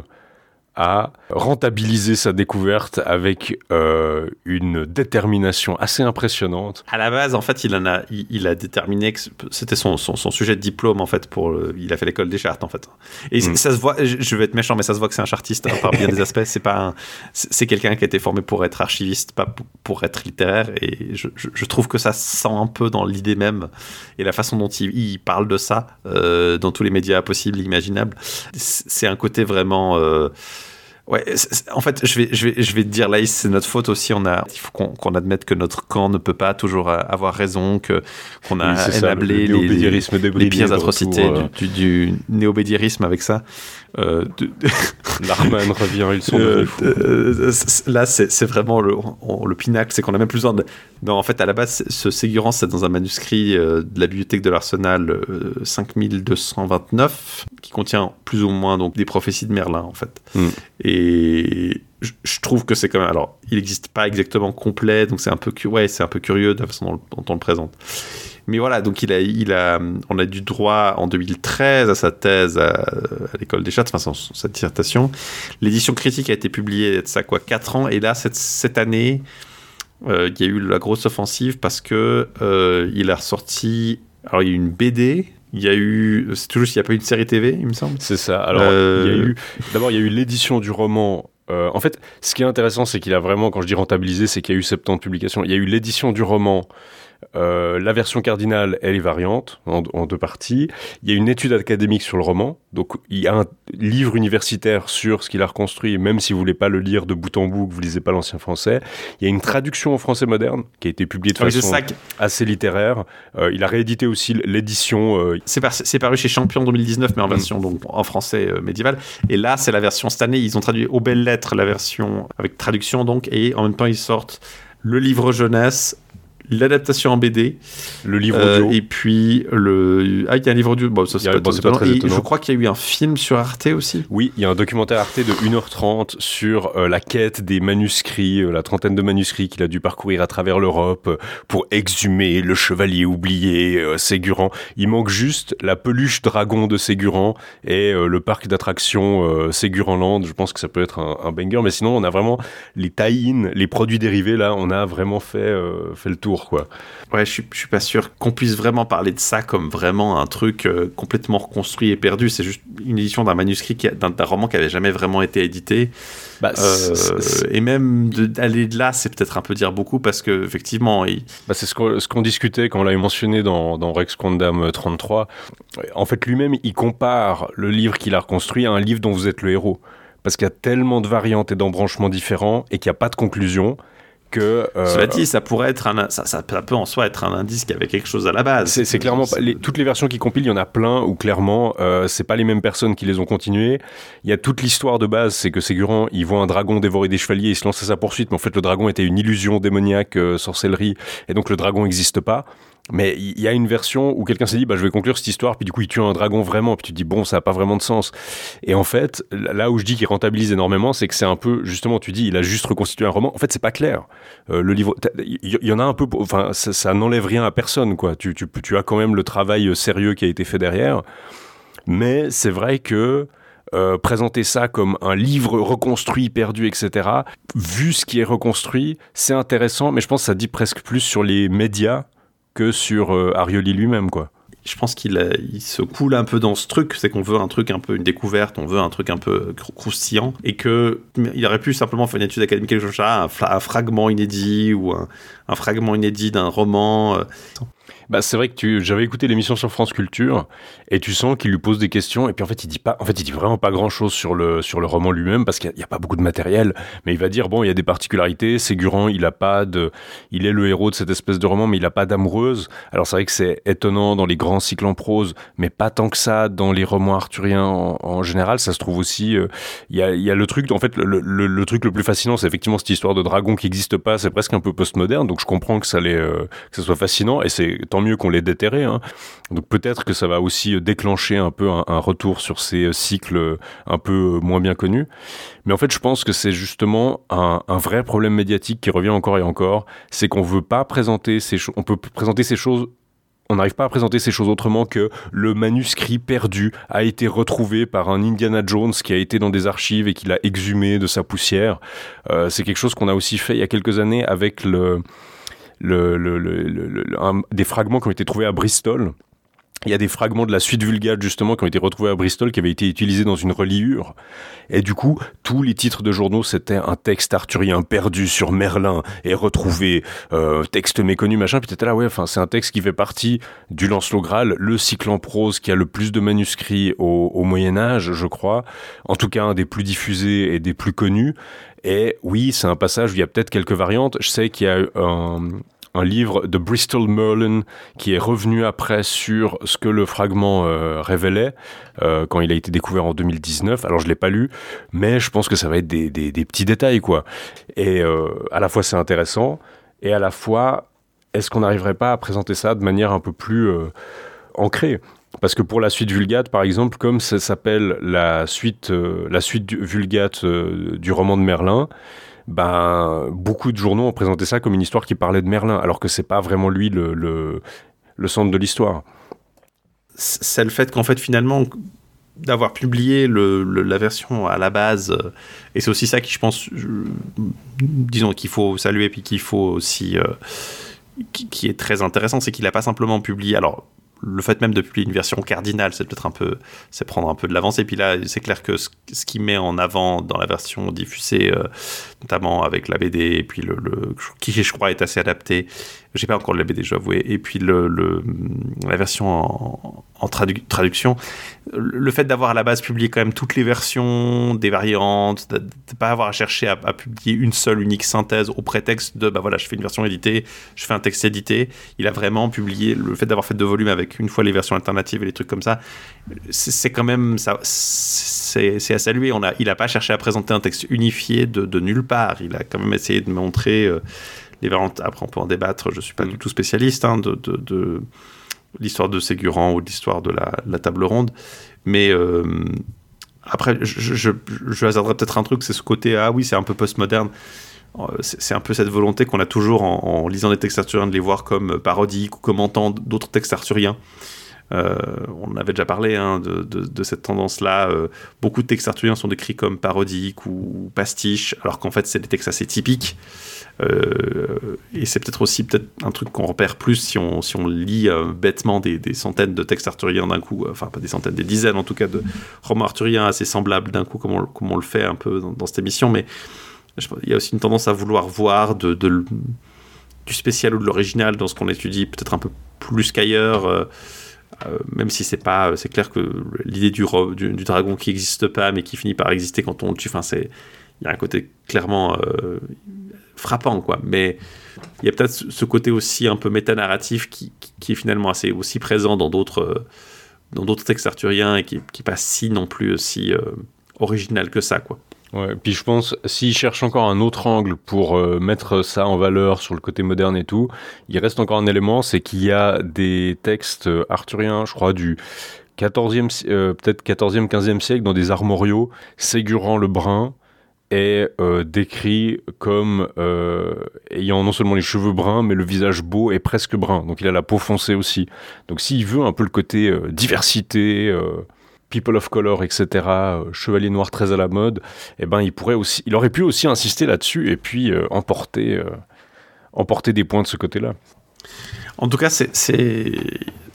à rentabiliser sa découverte avec euh, une détermination assez impressionnante. À la base, en fait, il en a, il, il a déterminé que c'était son, son, son sujet de diplôme, en fait, pour le, il a fait l'école des chartes, en fait. Et mm. ça se voit, je vais être méchant, mais ça se voit que c'est un chartiste, hein, par bien des aspects. C'est pas un, c'est quelqu'un qui a été formé pour être archiviste, pas pour être littéraire, et je, je, je trouve que ça se sent un peu dans l'idée même, et la façon dont il, il parle de ça, euh, dans tous les médias possibles et imaginables. C'est un côté vraiment... Euh, Ouais, c'est, c'est, en fait, je vais, je vais, je vais te dire, Laïs, c'est notre faute aussi. On a, il faut qu'on, qu'on admette que notre camp ne peut pas toujours avoir raison, que, qu'on a oui, énablé ça, le, le les, les, les pires atrocités retour, du, du, du néobédiérisme avec ça. Euh, de, de... L'Arman revient, ils sont euh, devenus fous. Euh, là, c'est, c'est vraiment le, on, le pinacle, c'est qu'on a même plus besoin de... Non, en fait, à la base, ce Ségurant, c'est dans un manuscrit euh, de la bibliothèque de l'Arsenal euh, cinq mille deux cent vingt-neuf, qui contient plus ou moins donc, des prophéties de Merlin, en fait. Mm. Et je, je trouve que c'est quand même... Alors, il n'existe pas exactement complet, donc c'est un peu, ouais, c'est un peu curieux de la façon dont, dont on le présente. Mais voilà, donc il a, il a, on a du droit en deux mille treize à sa thèse à, à l'école des chartes, enfin son, sa dissertation. L'édition critique a été publiée de ça quoi quatre ans, et là cette, cette année, euh, il y a eu la grosse offensive parce que euh, il a ressorti, alors il y a eu une B D. Il y a eu, c'est toujours s'il n'y a pas eu une série T V, il me semble. C'est ça. Alors euh... il y a eu, d'abord il y a eu l'édition du roman. Euh, en fait, ce qui est intéressant, c'est qu'il a vraiment, quand je dis rentabilisé, c'est qu'il y a eu soixante-dix publications. Il y a eu l'édition du roman. Euh, la version cardinale, elle est variante, en, en deux parties. Il y a une étude académique sur le roman, donc il y a un livre universitaire sur ce qu'il a reconstruit, même si vous ne voulez pas le lire de bout en bout, que vous ne lisez pas l'ancien français. Il y a une traduction en français moderne, qui a été publiée de ah, façon assez littéraire. Euh, il a réédité aussi l'édition... Euh... C'est, par, c'est paru chez Champion deux mille dix-neuf, mais en version mmh. donc, en français euh, médiéval. Et là, c'est la version cette année. Ils ont traduit aux belles lettres la version avec traduction, donc, et en même temps, ils sortent le livre jeunesse, l'adaptation en B D, le livre audio, euh, et puis le ah il y a un livre audio, bon ça c'est, a, pas, bon, c'est pas très étonnant. Et je crois qu'il y a eu un film sur Arte aussi. Oui, il y a un documentaire Arte de une heure trente sur euh, la quête des manuscrits, euh, la trentaine de manuscrits qu'il a dû parcourir à travers l'Europe euh, pour exhumer le chevalier oublié, euh, Ségurant. Il manque juste la peluche dragon de Ségurant et euh, le parc d'attractions euh, Ségurantland. Je pense que ça peut être un, un banger, mais sinon on a vraiment les tie-in, les produits dérivés là, on a vraiment fait euh, fait le tour. Quoi. Ouais, je suis, je suis pas sûr qu'on puisse vraiment parler de ça comme vraiment un truc euh, complètement reconstruit et perdu. C'est juste une édition d'un manuscrit, qui a, d'un, d'un roman qui avait jamais vraiment été édité. Bah, euh, c'est, c'est... Et même de, d'aller de là, c'est peut-être un peu dire beaucoup parce que effectivement, il... bah, c'est ce qu'on, ce qu'on discutait quand on l'avait mentionné dans, dans Rex Condam trente-trois. En fait, lui-même, il compare le livre qu'il a reconstruit à un livre dont vous êtes le héros, parce qu'il y a tellement de variantes et d'embranchements différents et qu'il n'y a pas de conclusion. Que, euh, Cela dit, ça pourrait être un, ça, ça peut en soi être un indice qu'il y avait quelque chose à la base. C'est, c'est clairement pas, les, toutes les versions qui compilent, il y en a plein où clairement euh, c'est pas les mêmes personnes qui les ont continuées. Il y a toute l'histoire de base, c'est que Ségurant, il voit un dragon dévorer des chevaliers, il se lance à sa poursuite, mais en fait le dragon était une illusion démoniaque, euh, sorcellerie, et donc le dragon n'existe pas. Mais il y a une version où quelqu'un s'est dit bah, je vais conclure cette histoire, puis du coup il tue un dragon vraiment, puis tu te dis bon ça n'a pas vraiment de sens. Et en fait là où je dis qu'il rentabilise énormément, c'est que c'est un peu justement, tu dis il a juste reconstitué un roman, en fait c'est pas clair. Euh, le livre, il y, y en a un peu, enfin ça, ça n'enlève rien à personne quoi. Tu, tu, tu as quand même le travail sérieux qui a été fait derrière, mais c'est vrai que Euh, présenter ça comme un livre reconstruit, perdu, et cetera. Vu ce qui est reconstruit, c'est intéressant, mais je pense que ça dit presque plus sur les médias que sur euh, Arioli lui-même, quoi. je pense qu'il a, il se coule un peu dans ce truc, c'est qu'on veut un truc un peu, une découverte, on veut un truc un peu croustillant, et que il aurait pu simplement faire une étude académique, quelque chose, un, un fragment inédit, ou un, un fragment inédit d'un roman. Euh. Bah, c'est vrai que tu, j'avais écouté l'émission sur France Culture et tu sens qu'il lui pose des questions et puis en fait il dit pas, en fait il dit vraiment pas grand chose sur le sur le roman lui-même parce qu'il y a, il y a pas beaucoup de matériel, mais il va dire bon il y a des particularités. Ségurant il a pas de, il est le héros de cette espèce de roman mais il a pas d'amoureuse. Alors c'est vrai que c'est étonnant dans les grands cycles en prose, mais pas tant que ça dans les romans arthuriens en, en général. Ça se trouve aussi, euh, il y a il y a le truc, en fait le, le le truc le plus fascinant c'est effectivement cette histoire de dragon qui existe pas. C'est presque un peu postmoderne, donc je comprends que ça les euh, que ça soit fascinant et c'est tant mieux qu'on l'ait déterré, hein. Donc peut-être que ça va aussi déclencher un peu un, un retour sur ces cycles un peu moins bien connus. Mais en fait, je pense que c'est justement un, un vrai problème médiatique qui revient encore et encore. C'est qu'on veut pas présenter ces choses. On peut présenter ces choses. On n'arrive pas à présenter ces choses autrement que le manuscrit perdu a été retrouvé par un Indiana Jones qui a été dans des archives et qui l'a exhumé de sa poussière. Euh, c'est quelque chose qu'on a aussi fait il y a quelques années avec le Le, le, le, le, le, un, des fragments qui ont été trouvés à Bristol. Il y a des fragments de la suite Vulgate justement qui ont été retrouvés à Bristol, qui avaient été utilisés dans une reliure. Et du coup, tous les titres de journaux, c'était un texte arthurien perdu sur Merlin et retrouvé, euh, texte méconnu, machin. Puis t'étais là, ouais, enfin, c'est un texte qui fait partie du Lancelot Graal, le cycle en prose qui a le plus de manuscrits au, au Moyen-Âge, je crois. En tout cas, un des plus diffusés et des plus connus. Et oui, c'est un passage où il y a peut-être quelques variantes. Je sais qu'il y a un, un livre de Bristol Merlin qui est revenu après sur ce que le fragment euh, révélait euh, quand il a été découvert en deux mille dix-neuf. Alors je l'ai pas lu, mais je pense que ça va être des, des, des petits détails, quoi. Et euh, à la fois c'est intéressant, et à la fois est-ce qu'on n'arriverait pas à présenter ça de manière un peu plus euh, ancrée ? Parce que pour la suite Vulgate, par exemple, comme ça s'appelle la suite, euh, la suite du Vulgate euh, du roman de Merlin, ben, beaucoup de journaux ont présenté ça comme une histoire qui parlait de Merlin, alors que c'est pas vraiment lui le, le, le centre de l'histoire. C'est le fait qu'en fait, finalement, d'avoir publié le, le, la version à la base, euh, et c'est aussi ça qui, je pense, je, disons, qu'il faut saluer, puis qu'il faut aussi, euh, qui, qui est très intéressant, c'est qu'il n'a pas simplement publié, alors, le fait même de publier une version cardinale, c'est peut-être un peu, c'est prendre un peu de l'avance. Et puis là, c'est clair que ce, ce qu'il met en avant dans la version diffusée, euh, notamment avec la B D, et puis le, le qui je crois est assez adapté. J'ai pas encore la B D, je dois avouer. Et puis le, le la version en, en tradu- traduction, le fait d'avoir à la base publié quand même toutes les versions, des variantes, de ne pas avoir à chercher à, à publier une seule unique synthèse au prétexte de bah voilà, je fais une version éditée, je fais un texte édité. Il a vraiment publié, le fait d'avoir fait deux volumes avec une fois les versions alternatives et les trucs comme ça, c'est, c'est quand même ça, c'est, c'est à saluer. On a, il n'a pas cherché à présenter un texte unifié de, de nulle part. Il a quand même essayé de montrer euh, les variantes. Après, on peut en débattre. Je ne suis pas du tout spécialiste hein, de, de, de l'histoire de Ségurant ou de l'histoire de la, la table ronde, mais euh, après, je, je, je hasarderais peut-être un truc, c'est ce côté ah oui, c'est un peu postmoderne. C'est, c'est un peu cette volonté qu'on a toujours en, en lisant des textes arthuriens de les voir comme parodiques ou commentant d'autres textes arthuriens. Euh, on avait déjà parlé hein, de, de, de cette tendance-là. Euh, beaucoup de textes arthuriens sont décrits comme parodiques ou pastiches, alors qu'en fait, c'est des textes assez typiques. Euh, et c'est peut-être aussi peut-être un truc qu'on repère plus si on, si on lit euh, bêtement des, des centaines de textes arthuriens d'un coup, enfin pas des centaines, des dizaines en tout cas de romans arthuriens assez semblables d'un coup, comme on, comme on le fait un peu dans, dans cette émission. Mais je, il y a aussi une tendance à vouloir voir de, de, du spécial ou de l'original dans ce qu'on étudie, peut-être un peu plus qu'ailleurs. Euh, Euh, même si c'est pas, c'est clair que l'idée du, du, du dragon qui n'existe pas mais qui finit par exister quand on le tue, enfin c'est, il y a un côté clairement euh, frappant quoi. Mais il y a peut-être ce côté aussi un peu métanarratif qui, qui, qui est finalement assez aussi présent dans d'autres, dans d'autres textes arthuriens et qui n'est pas si non plus aussi euh, original que ça quoi. Ouais, puis je pense, s'il cherche encore un autre angle pour euh, mettre ça en valeur sur le côté moderne et tout, il reste encore un élément, c'est qu'il y a des textes arthuriens, je crois, du quatorzième, euh, peut-être quatorzième, quinzième siècle, dans des armoriaux, Ségurant le Brun est euh, décrit comme euh, ayant non seulement les cheveux bruns, mais le visage beau et presque brun. Donc il a la peau foncée aussi. Donc s'il veut un peu le côté euh, diversité... Euh, people of color, et cetera, euh, chevalier noir très à la mode, eh ben, il pourrait aussi, il aurait pu aussi insister là-dessus et puis euh, emporter, euh, emporter des points de ce côté-là. En tout cas, c'est, c'est,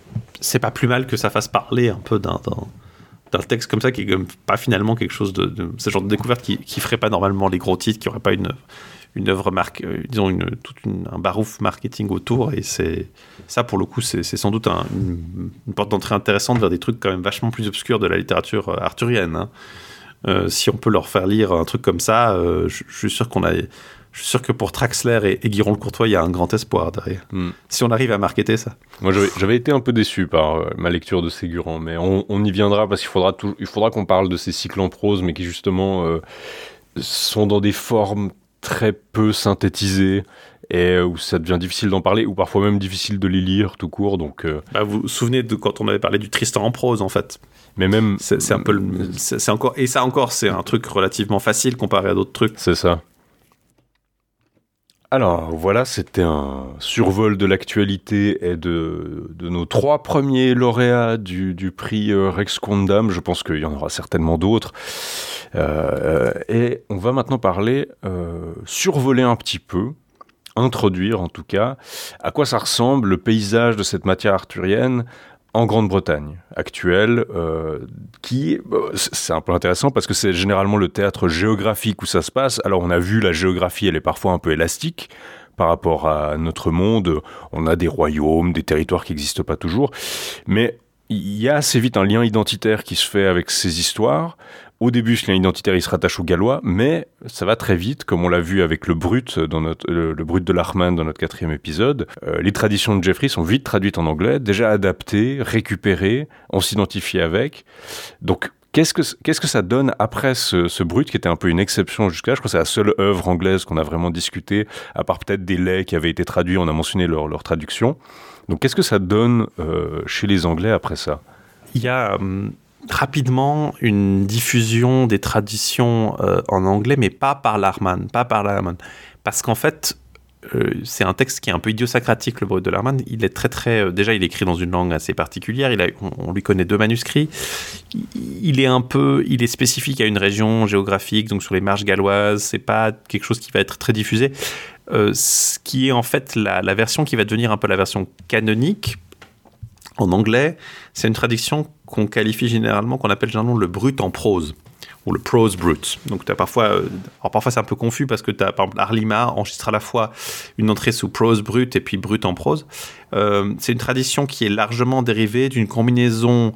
c'est pas plus mal que ça fasse parler un peu d'un, d'un, d'un texte comme ça qui est comme pas finalement quelque chose de, de ce genre de découverte qui, qui ferait pas normalement les gros titres, qui aurait pas une une œuvre marque, euh, disons une toute une, un barouf marketing autour, et c'est ça pour le coup c'est, c'est sans doute un, une, une porte d'entrée intéressante vers des trucs quand même vachement plus obscurs de la littérature arthurienne. Hein. Euh, si on peut leur faire lire un truc comme ça, euh, je, je suis sûr qu'on a Je suis sûr que pour Traxler et, et Guiron le Courtois, il y a un grand espoir derrière. Mm. Si on arrive à marketer ça. Moi, j'avais, j'avais été un peu déçu par euh, ma lecture de Ségurant, mais on, on y viendra parce qu'il faudra, tout, il faudra qu'on parle de ces cycles en prose, mais qui justement euh, sont dans des formes très peu synthétisées et où ça devient difficile d'en parler, ou parfois même difficile de les lire tout court. Donc, euh... bah, vous vous souvenez de quand on avait parlé du Tristan en prose, en fait. Mais même, c'est, c'est un peu, le, c'est, c'est encore, et ça encore, c'est un truc relativement facile comparé à d'autres trucs. C'est ça. Alors voilà, c'était un survol de l'actualité et de, de nos trois premiers lauréats du, du prix Rex Quondam. Je pense qu'il y en aura certainement d'autres. Euh, et on va maintenant parler, euh, survoler un petit peu, introduire en tout cas, à quoi ça ressemble le paysage de cette matière arthurienne en Grande-Bretagne actuelle, euh, qui, c'est un peu intéressant parce que c'est généralement le théâtre géographique où ça se passe. Alors on a vu la géographie, elle est parfois un peu élastique par rapport à notre monde. On a des royaumes, des territoires qui n'existent pas toujours, mais il y a assez vite un lien identitaire qui se fait avec ces histoires. Au début, ce lien identitaire, il se rattache aux Gallois, mais ça va très vite, comme on l'a vu avec le Brut, dans notre, le, le Brut de Lachmann dans notre quatrième épisode. Euh, les traditions de Geoffrey sont vite traduites en anglais, déjà adaptées, récupérées, on s'identifie avec. Donc, qu'est-ce que, qu'est-ce que ça donne après ce, ce Brut, qui était un peu une exception jusqu'à là? Je crois que c'est la seule œuvre anglaise qu'on a vraiment discutée, à part peut-être des laits qui avaient été traduits, on a mentionné leur, leur traduction. Donc, qu'est-ce que ça donne euh, chez les Anglais après ça? Il y a... Hum... rapidement une diffusion des traditions euh, en anglais, mais pas par Lachmann, pas par Lachmann, parce qu'en fait, euh, c'est un texte qui est un peu idiosacratique, le Brut de Lachmann. Il est très très, euh, déjà, il est écrit dans une langue assez particulière. Il a, on, on lui connaît deux manuscrits. Il, il est un peu, il est spécifique à une région géographique, donc sur les marges galloises. C'est pas quelque chose qui va être très diffusé. Euh, ce qui est en fait la, la version qui va devenir un peu la version canonique. En anglais, c'est une traduction qu'on qualifie généralement, qu'on appelle généralement le brut en prose, ou le prose brut. Donc, t'as parfois, euh, alors parfois c'est un peu confus parce que t'as, par exemple, Arlima enregistre à la fois une entrée sous prose brut et puis brut en prose. Euh, c'est une tradition qui est largement dérivée d'une combinaison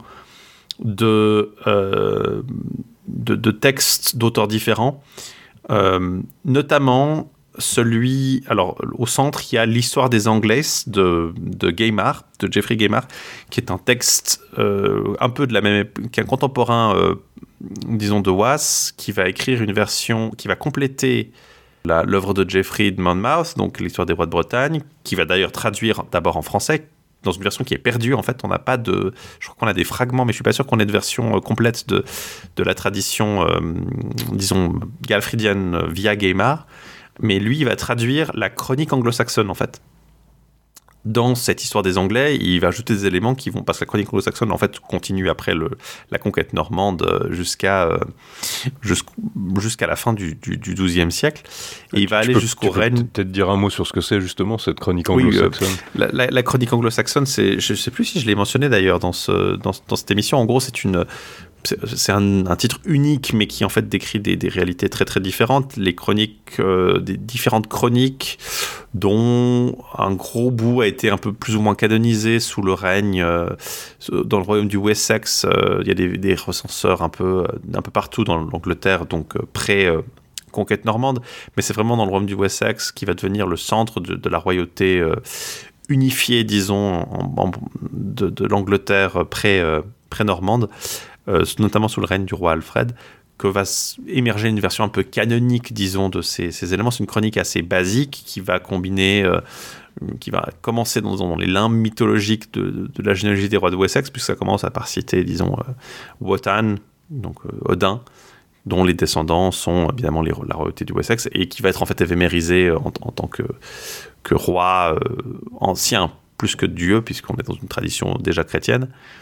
de, euh, de, de textes d'auteurs différents, euh, notamment celui, alors au centre, il y a l'histoire des Anglais de, de Gaimard, de Geoffrey Gaimard, qui est un texte euh, un peu de la même, qui est un contemporain, euh, disons, de Wass, qui va écrire une version, qui va compléter la, l'œuvre de Geoffrey de Monmouth, donc l'histoire des rois de Bretagne, qui va d'ailleurs traduire d'abord en français, dans une version qui est perdue. En fait, on n'a pas de, je crois qu'on a des fragments, mais je suis pas sûr qu'on ait de version euh, complète de, de la tradition, euh, disons, galfridienne via Gaimard. Mais lui, il va traduire la chronique anglo-saxonne, en fait. Dans cette histoire des Anglais, il va ajouter des éléments qui vont... Parce que la chronique anglo-saxonne, en fait, continue après le, la conquête normande jusqu'à, euh, jusqu'à la fin du, du, du douzième siècle. Et tu, il va aller peux, jusqu'au tu règne... Tu peux peut-être dire un mot sur ce que c'est, justement, cette chronique anglo-saxonne. Oui, euh, la, la, la chronique anglo-saxonne, c'est... Je ne sais plus si je l'ai mentionné, d'ailleurs, dans, ce, dans, dans cette émission. En gros, c'est une... C'est un, un titre unique, mais qui en fait décrit des, des réalités très très différentes. Les chroniques, euh, des différentes chroniques, dont un gros bout a été un peu plus ou moins canonisé sous le règne euh, dans le royaume du Wessex. Euh, il y a des, des recenseurs un peu, un peu partout dans l'Angleterre, donc euh, près euh, conquête normande. Mais c'est vraiment dans le royaume du Wessex qui va devenir le centre de, de la royauté euh, unifiée, disons, en, en, de, de l'Angleterre pré, euh, pré-normande. Euh, notamment sous le règne du roi Alfred, que va émerger une version un peu canonique, disons, de ces, ces éléments. C'est une chronique assez basique qui va combiner, euh, qui va commencer dans, dans les limbes mythologiques de, de, de la généalogie des rois de Wessex, puisque ça commence à par citer, disons, euh, Wotan, donc euh, Odin, dont les descendants sont évidemment les, la royauté du Wessex, et qui va être en fait éphémérisé en, en tant que, que roi euh, ancien, plus que dieu, puisqu'on est dans une tradition déjà chrétienne.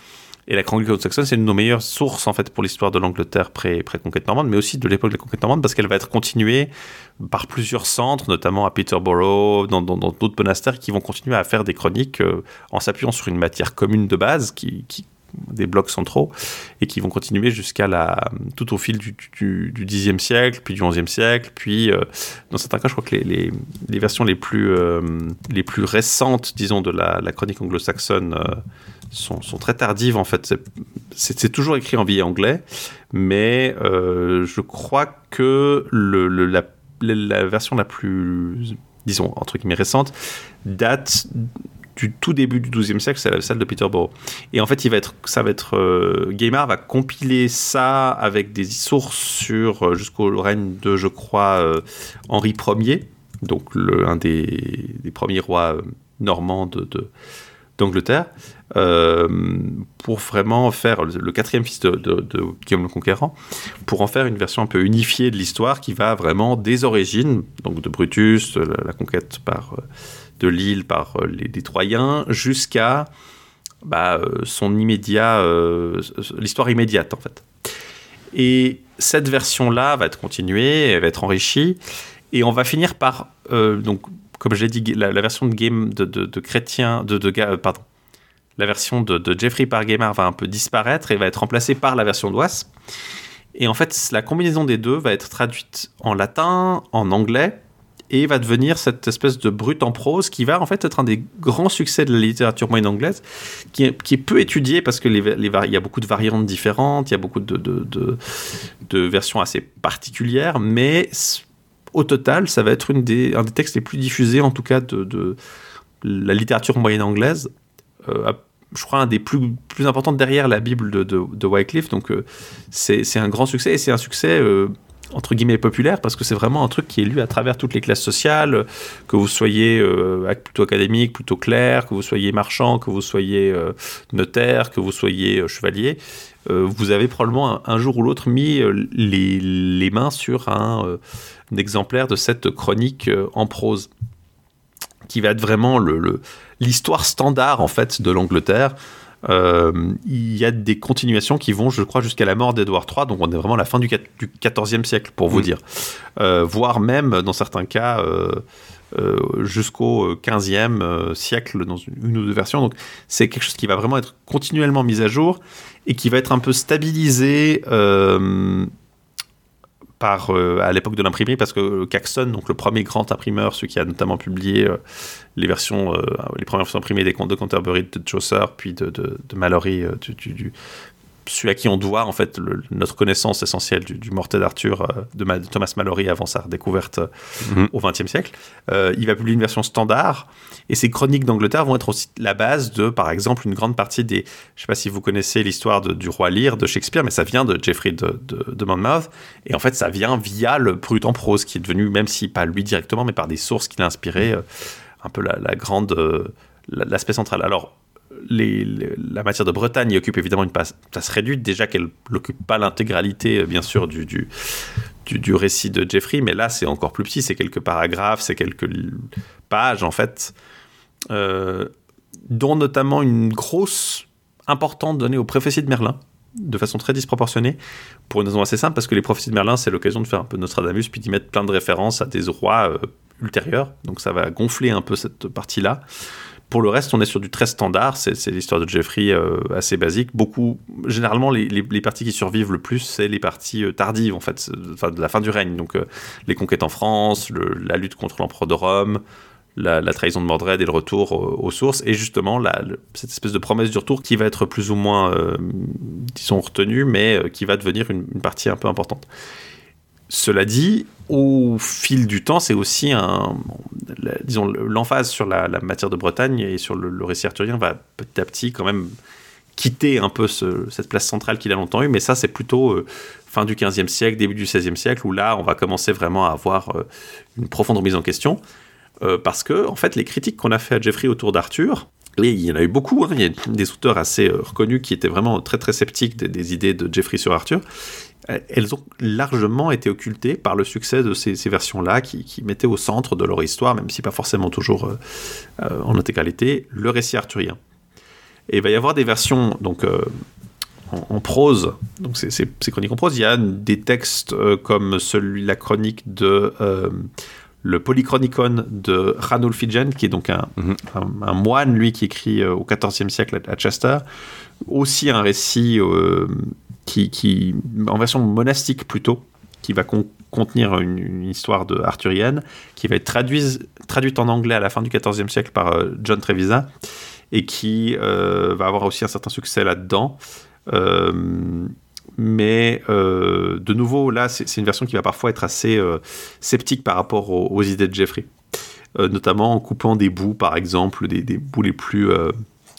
Et la chronique anglo-saxonne, c'est une de nos meilleures sources en fait pour l'histoire de l'Angleterre pré, pré-conquête normande, mais aussi de l'époque de la conquête normande, parce qu'elle va être continuée par plusieurs centres, notamment à Peterborough, dans, dans, dans d'autres monastères, qui vont continuer à faire des chroniques euh, en s'appuyant sur une matière commune de base, qui, qui des blocs centraux, et qui vont continuer jusqu'à la, tout au fil du, du, du dixième siècle, puis du onzième siècle, puis euh, dans certains cas, je crois que les, les, les versions les plus, euh, les plus récentes, disons, de la, la chronique anglo-saxonne euh, sont, sont très tardives, en fait. C'est, c'est, c'est toujours écrit en vieil anglais, mais euh, je crois que le, le, la, la version la plus, disons, entre guillemets, récente, date du tout début du douzième siècle, c'est celle de Peterborough. Et en fait, il va être, ça va être, euh, Gaimard va compiler ça avec des sources sur euh, jusqu'au règne de, je crois, euh, Henri Ier, donc le, un des, des premiers rois euh, normands de, de, d'Angleterre, euh, pour vraiment faire le, le quatrième fils de, de, de Guillaume le Conquérant, pour en faire une version un peu unifiée de l'histoire qui va vraiment des origines, donc de Brutus, la, la conquête par euh, de l'île par euh, les, les Troyens, jusqu'à bah, euh, son immédiat, euh, l'histoire immédiate en fait. Et cette version-là va être continuée, elle va être enrichie, et on va finir par, euh, donc, comme je l'ai dit, la, la version de game de, de, de Chrétien, de, de, de pardon, la version de, de Geoffrey par Gaimard va un peu disparaître et va être remplacée par la version d'Oise. Et en fait, la combinaison des deux va être traduite en latin, en anglais, et va devenir cette espèce de brut en prose qui va en fait être un des grands succès de la littérature moyenne anglaise, qui est, qui est peu étudié parce que les, les vari- il y a beaucoup de variantes différentes, il y a beaucoup de, de, de, de versions assez particulières, mais au total, ça va être une des, un des textes les plus diffusés, en tout cas, de, de la littérature moyenne anglaise. Euh, je crois un des plus, plus importants derrière la Bible de, de, de Wycliffe, donc euh, c'est, c'est un grand succès, et c'est un succès... Euh, entre guillemets populaire, parce que c'est vraiment un truc qui est lu à travers toutes les classes sociales, que vous soyez euh, plutôt académique, plutôt clerc, que vous soyez marchand, que vous soyez euh, notaire, que vous soyez euh, chevalier, euh, vous avez probablement un, un jour ou l'autre mis euh, les, les mains sur un, euh, un exemplaire de cette chronique euh, en prose, qui va être vraiment le, le, l'histoire standard en fait de l'Angleterre. Euh, il y a des continuations qui vont, je crois, jusqu'à la mort d'Édouard trois, donc on est vraiment à la fin du, du quatorzième siècle, pour vous mmh. dire. Euh, voire même, dans certains cas, euh, euh, jusqu'au quinzième euh, siècle, dans une, une ou deux versions. Donc c'est quelque chose qui va vraiment être continuellement mis à jour, et qui va être un peu stabilisé euh, par, euh, à l'époque de l'imprimerie, parce que Caxton, donc le premier grand imprimeur, celui qui a notamment publié euh, les versions, euh, les premières versions imprimées des contes de Canterbury, de Chaucer, puis de, de, de Malory, euh, du, du, du, celui à qui on doit en fait le, notre connaissance essentielle du, du Mortet d'Arthur euh, de, Ma, de Thomas Malory avant sa découverte euh, mm-hmm. au vingtième siècle. Euh, il va publier une version standard, et ces chroniques d'Angleterre vont être aussi la base de, par exemple, une grande partie des... Je ne sais pas si vous connaissez l'histoire de, du roi Lear de Shakespeare, mais ça vient de Geoffrey de, de, de Monmouth, et en fait ça vient via le brut en prose, qui est devenu, même si pas lui directement, mais par des sources qui l'ont inspiré, euh, un peu la, la grande... Euh, l'aspect central. Alors, Les, les, la matière de Bretagne y occupe évidemment une place, place réduite, déjà qu'elle n'occupe pas l'intégralité, bien sûr, du, du, du, du récit de Geoffrey, mais là, c'est encore plus petit, c'est quelques paragraphes, c'est quelques pages, en fait, euh, dont notamment une grosse importante donnée aux prophéties de Merlin, de façon très disproportionnée, pour une raison assez simple, parce que les prophéties de Merlin, c'est l'occasion de faire un peu Nostradamus, puis d'y mettre plein de références à des rois euh, ultérieurs, donc ça va gonfler un peu cette partie-là. Pour le reste, on est sur du très standard, c'est, c'est l'histoire de Geoffrey euh, assez basique. Beaucoup, généralement, les, les, les parties qui survivent le plus, c'est les parties euh, tardives, en fait, enfin, de la fin du règne. Donc, euh, les conquêtes en France, le, la lutte contre l'empereur de Rome, la, la trahison de Mordred et le retour euh, aux sources. Et justement, la, le, cette espèce de promesse du retour qui va être plus ou moins, euh, disons, retenue, mais euh, qui va devenir une, une partie un peu importante. Cela dit, au fil du temps, c'est aussi un, la, disons, l'emphase sur la, la matière de Bretagne et sur le, le récit arthurien va petit à petit quand même quitter un peu ce, cette place centrale qu'il a longtemps eue, mais ça c'est plutôt euh, fin du quinzième siècle, début du seizième siècle, où là on va commencer vraiment à avoir euh, une profonde remise en question, euh, parce que en fait les critiques qu'on a fait à Geoffrey autour d'Arthur, et il y en a eu beaucoup, hein, il y a des auteurs assez euh, reconnus qui étaient vraiment très très sceptiques des, des idées de Geoffrey sur Arthur. Elles ont largement été occultées par le succès de ces, ces versions-là qui, qui mettaient au centre de leur histoire, même si pas forcément toujours euh, euh, en intégralité, le récit arthurien. Et il va y avoir des versions donc, euh, en, en prose, donc c'est, c'est, c'est chronique en prose. Il y a des textes euh, comme celui, la chronique de euh, le Polychronicon de Ranulf Figen, qui est donc un, mm-hmm. un, un moine, lui, qui écrit euh, au quatorzième siècle à, à Chester. Aussi un récit euh, qui, qui, en version monastique plutôt, qui va con- contenir une, une histoire de arthurienne, qui va être traduite, traduite en anglais à la fin du quatorzième siècle par euh, John Trevisa, et qui euh, va avoir aussi un certain succès là-dedans. Euh, mais euh, de nouveau, là, c'est, c'est une version qui va parfois être assez euh, sceptique par rapport aux, aux idées de Geoffrey, euh, notamment en coupant des bouts, par exemple, des, des bouts les plus... Euh,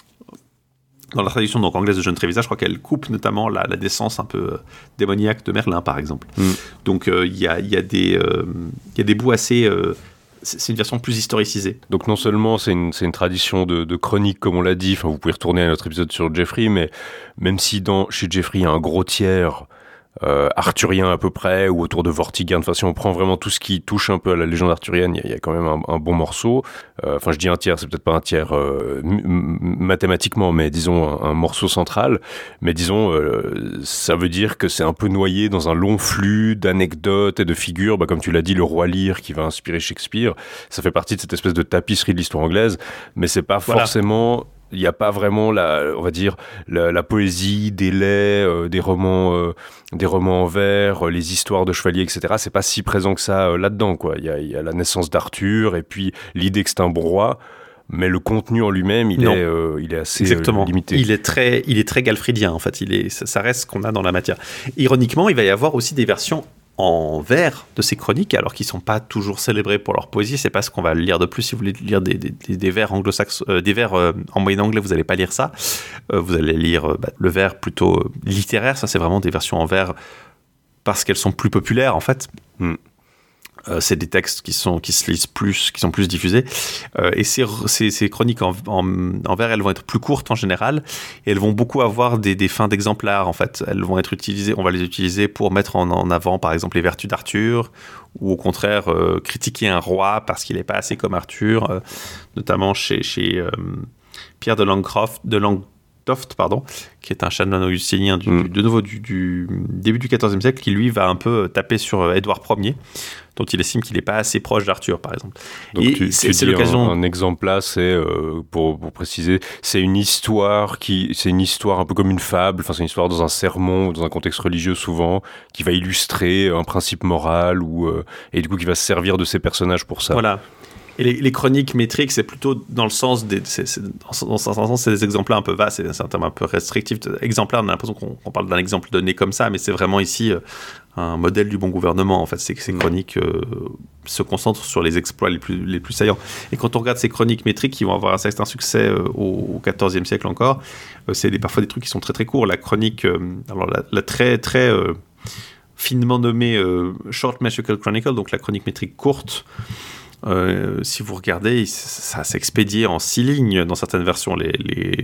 dans la traduction donc, anglaise de John Trevisa, je crois qu'elle coupe notamment la, la décence un peu euh, démoniaque de Merlin, par exemple. Mm. Donc, il euh, y, a, y, a euh, y a des bouts assez... Euh, c'est une version plus historicisée. Donc non seulement c'est une, c'est une tradition de, de chronique, comme on l'a dit, vous pouvez retourner à notre épisode sur Geoffrey, mais même si dans, chez Geoffrey il y a un gros tiers euh, arthurien à peu près, ou autour de Vortigern, enfin si on prend vraiment tout ce qui touche un peu à la légende arthurienne, il y, y a quand même un, un bon morceau. Euh, enfin je dis un tiers, c'est peut-être pas un tiers euh, m- m- mathématiquement, mais disons un, un morceau central. Mais disons, euh, ça veut dire que c'est un peu noyé dans un long flux d'anecdotes et de figures, bah, comme tu l'as dit, le roi Lear qui va inspirer Shakespeare. Ça fait partie de cette espèce de tapisserie de l'histoire anglaise, mais c'est pas voilà. forcément... Il n'y a pas vraiment la, on va dire, la, la poésie, des laits, euh, des romans, euh, des romans en vers, euh, les histoires de chevaliers, et cetera. C'est pas si présent que ça euh, là-dedans, quoi. Il y a, il y a la naissance d'Arthur et puis l'idée que c'est un bon roi, mais le contenu en lui-même, il non. est, euh, il est assez Exactement. Euh, limité. Il est très, il est très galfridien en fait. Il est, ça, ça reste ce qu'on a dans la matière. Ironiquement, il va y avoir aussi des versions en vers de ces chroniques, alors qu'ils ne sont pas toujours célébrés pour leur poésie. C'est pas ce qu'on va lire de plus. Si vous voulez lire des, des, des vers anglo-saxons, euh, des vers euh, en moyen anglais, vous n'allez pas lire ça. Euh, vous allez lire euh, bah, le vers plutôt euh, littéraire. Ça, c'est vraiment des versions en vers parce qu'elles sont plus populaires, en fait. Mm. Euh, c'est des textes qui, sont, qui se lisent plus, qui sont plus diffusés. Euh, et ces, ces, ces chroniques en, en, en vers, elles vont être plus courtes en général. Et elles vont beaucoup avoir des, des fins d'exemplaires, en fait. Elles vont être utilisées, on va les utiliser pour mettre en, en avant, par exemple, les vertus d'Arthur, ou au contraire, euh, critiquer un roi parce qu'il n'est pas assez comme Arthur, euh, notamment chez, chez euh, Pierre de Langcroft, de Lang Toft, pardon, qui est un chanoine augustinien du, mm. de nouveau du, du début du quatorzième siècle, qui lui va un peu taper sur Édouard Ier, dont il estime qu'il n'est pas assez proche d'Arthur, par exemple. Donc et tu, c'est, tu c'est dis l'occasion. Un, un exemple là, c'est euh, pour, pour préciser, c'est une histoire qui, c'est une histoire un peu comme une fable. Enfin, c'est une histoire dans un sermon, dans un contexte religieux souvent, qui va illustrer un principe moral ou euh, et du coup qui va se servir de ces personnages pour ça. Voilà. Et les, les chroniques métriques, c'est plutôt dans le sens des, c'est, c'est, dans un sens, c'est des exemplaires un peu vastes, c'est, c'est un terme un peu restrictif. Exemplaire, on a l'impression qu'on, qu'on parle d'un exemple donné comme ça, mais c'est vraiment ici euh, un modèle du bon gouvernement. En fait, c'est que ces chroniques euh, se concentrent sur les exploits les plus, les plus saillants. Et quand on regarde ces chroniques métriques, qui vont avoir un certain succès euh, au quatorzième siècle encore, euh, c'est des, parfois des trucs qui sont très très courts. La chronique, euh, alors la, la très très euh, finement nommée euh, Short Metrical Chronicle, donc la chronique métrique courte. Euh, si vous regardez, ça s'est expédié en six lignes dans certaines versions. Les, les,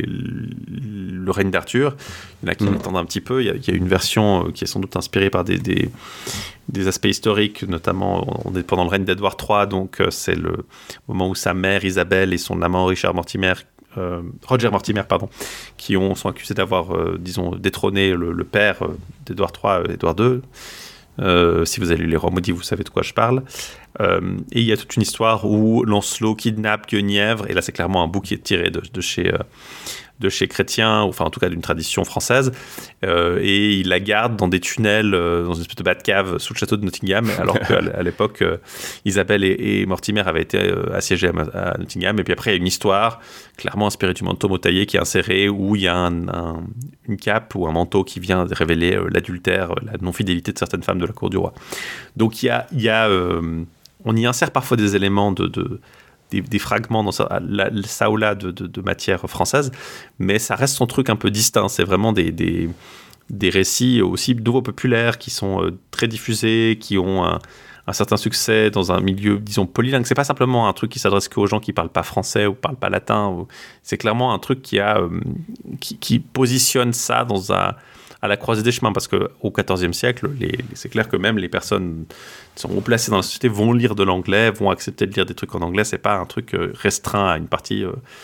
le règne d'Arthur, il y en a qui mmh. attendent un petit peu. Il y, a, il y a une version qui est sans doute inspirée par des, des, des aspects historiques, notamment on est pendant le règne d'Édouard trois, donc c'est le moment où sa mère Isabelle et son amant Richard Mortimer, euh, Roger Mortimer, pardon, qui ont, sont accusés d'avoir, euh, disons, détrôné le, le père d'Édouard trois, Édouard deux. Euh, si vous avez lu Les Rois Maudits, vous savez de quoi je parle. Euh, et il y a toute une histoire où Lancelot kidnappe Guenièvre, et là c'est clairement un bout qui est tiré de, de chez euh, de chez Chrétien, enfin en tout cas d'une tradition française, euh, et il la garde dans des tunnels, euh, dans une espèce de Batcave sous le château de Nottingham, alors qu'à à l'époque euh, Isabelle et, et Mortimer avaient été euh, assiégés à, à Nottingham. Et puis après il y a une histoire clairement inspirée du manteau Motaillé qui est inséré, où il y a un, un, une cape ou un manteau qui vient révéler euh, l'adultère, euh, la non-fidélité de certaines femmes de la cour du roi. Donc il y a, il y a euh, on y insère parfois des éléments de, de Des, des fragments dans ça, la, ça ou là de, de, de matière française, mais ça reste son truc un peu distinct. C'est vraiment des, des, des récits aussi nouveaux populaires qui sont euh, très diffusés, qui ont un, un certain succès dans un milieu, disons, polylingue. C'est pas simplement un truc qui s'adresse qu'aux gens qui parlent pas français ou parlent pas latin. Ou... C'est clairement un truc qui, a, euh, qui, qui positionne ça dans un, à la croisée des chemins, parce qu'au quatorzième siècle, les, c'est clair que même les personnes qui sont haut placées dans la société vont lire de l'anglais, vont accepter de lire des trucs en anglais. C'est pas un truc restreint à une partie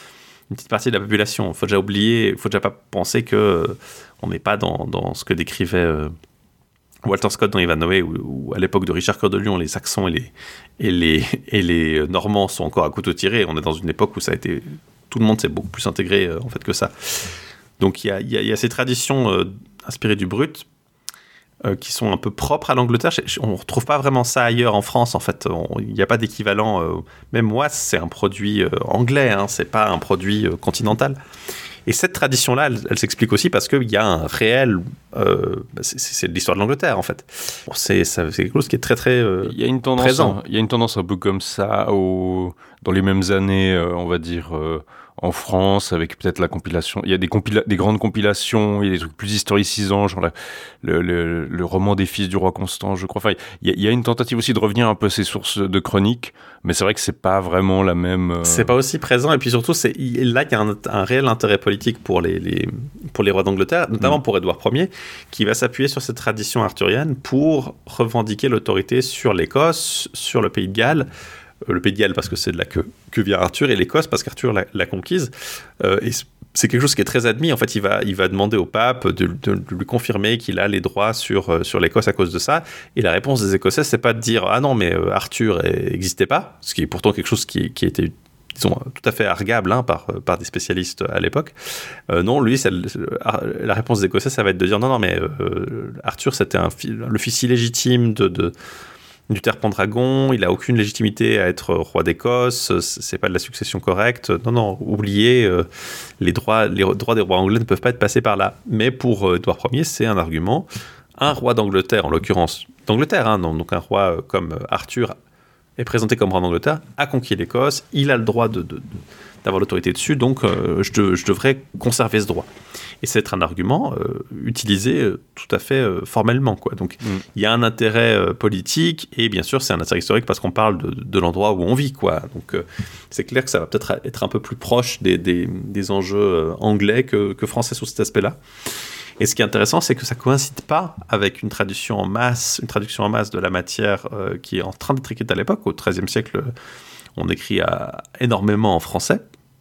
une petite partie de la population. Il faut déjà oublier, il faut déjà pas penser que euh, on n'est pas dans, dans ce que décrivait euh, Walter Scott dans Ivanhoe, où, où à l'époque de Richard Cœur de Lion, les Saxons et les, et, les, et les Normands sont encore à couteau tiré. On est dans une époque où ça a été, tout le monde s'est beaucoup plus intégré euh, en fait que ça. Donc il y a, y a, y a ces traditions euh, inspirées du brut, Euh, qui sont un peu propres à l'Angleterre. On ne retrouve pas vraiment ça ailleurs en France, en fait. Il n'y a pas d'équivalent. Euh, même moi, c'est un produit euh, anglais, hein, c'est pas un produit euh, continental. Et cette tradition-là, elle, elle s'explique aussi parce qu'il y a un réel... Euh, c'est, c'est de l'histoire de l'Angleterre, en fait. Bon, c'est, ça, c'est quelque chose qui est très, très euh, il y a une tendance, présent. Il y a une tendance un peu comme ça, au, dans les mêmes années, euh, on va dire... Euh, en France, avec peut-être la compilation. Il y a des, compila- des grandes compilations, il y a des trucs plus historicisants, genre la, le, le, le roman des fils du roi Constant, je crois. Enfin, il y, a, il y a une tentative aussi de revenir un peu à ces sources de chroniques, mais c'est vrai que c'est pas vraiment la même... Euh... C'est pas aussi présent, et puis surtout, c'est, là, il y a un, un réel intérêt politique pour les, les, pour les rois d'Angleterre, notamment mmh. pour Édouard Ier, qui va s'appuyer sur cette tradition arthurienne pour revendiquer l'autorité sur l'Écosse, sur le pays de Galles, le Pays de Galles parce que c'est de là que, que vient Arthur, et l'Écosse parce qu'Arthur l'a, l'a conquise. Euh, et c'est quelque chose qui est très admis. En fait, il va, il va demander au pape de, de, de lui confirmer qu'il a les droits sur, sur l'Écosse à cause de ça. Et la réponse des Écossais, c'est pas de dire « Ah non, mais Arthur n'existait pas », ce qui est pourtant quelque chose qui, qui était, disons, tout à fait arguable hein, par, par des spécialistes à l'époque. Euh, non, lui, c'est, la réponse des Écossais, ça va être de dire « Non, non, mais euh, Arthur, c'était un, le fils illégitime de... de du Terre-Pendragon, il n'a aucune légitimité à être roi d'Écosse, c'est pas de la succession correcte. Non, non, oubliez, euh, les, droits, les droits des rois anglais ne peuvent pas être passés par là. Mais pour euh, Édouard Ier, c'est un argument. Un roi d'Angleterre, en l'occurrence d'Angleterre, hein, donc un roi euh, comme Arthur est présenté comme roi d'Angleterre, a conquis l'Écosse, il a le droit de, de, de, d'avoir l'autorité dessus, donc euh, je, de, je devrais conserver ce droit. Et c'est être un argument euh, utilisé euh, tout à fait euh, formellement, quoi. Donc il mm. y a un intérêt euh, politique, et bien sûr c'est un intérêt historique parce qu'on parle de, de l'endroit où on vit, quoi. Donc euh, c'est clair que ça va peut-être être un peu plus proche des, des, des enjeux euh, anglais que, que français sur cet aspect-là. Et ce qui est intéressant, c'est que ça ne coïncide pas avec une traduction en masse, une traduction en masse de la matière euh, qui est en train d'être écrite à l'époque. Au treizième siècle, on écrit à, énormément en français.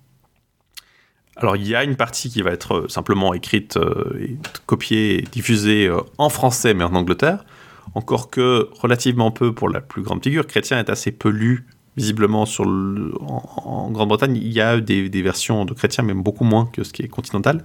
Alors, il y a une partie qui va être simplement écrite, euh, et copiée et diffusée euh, en français, mais en Angleterre. Encore que, relativement peu pour la plus grande figure, Chrétien est assez peu lu, visiblement, sur le, en, en Grande-Bretagne. Il y a des, des versions de Chrétien, même beaucoup moins que ce qui est continental.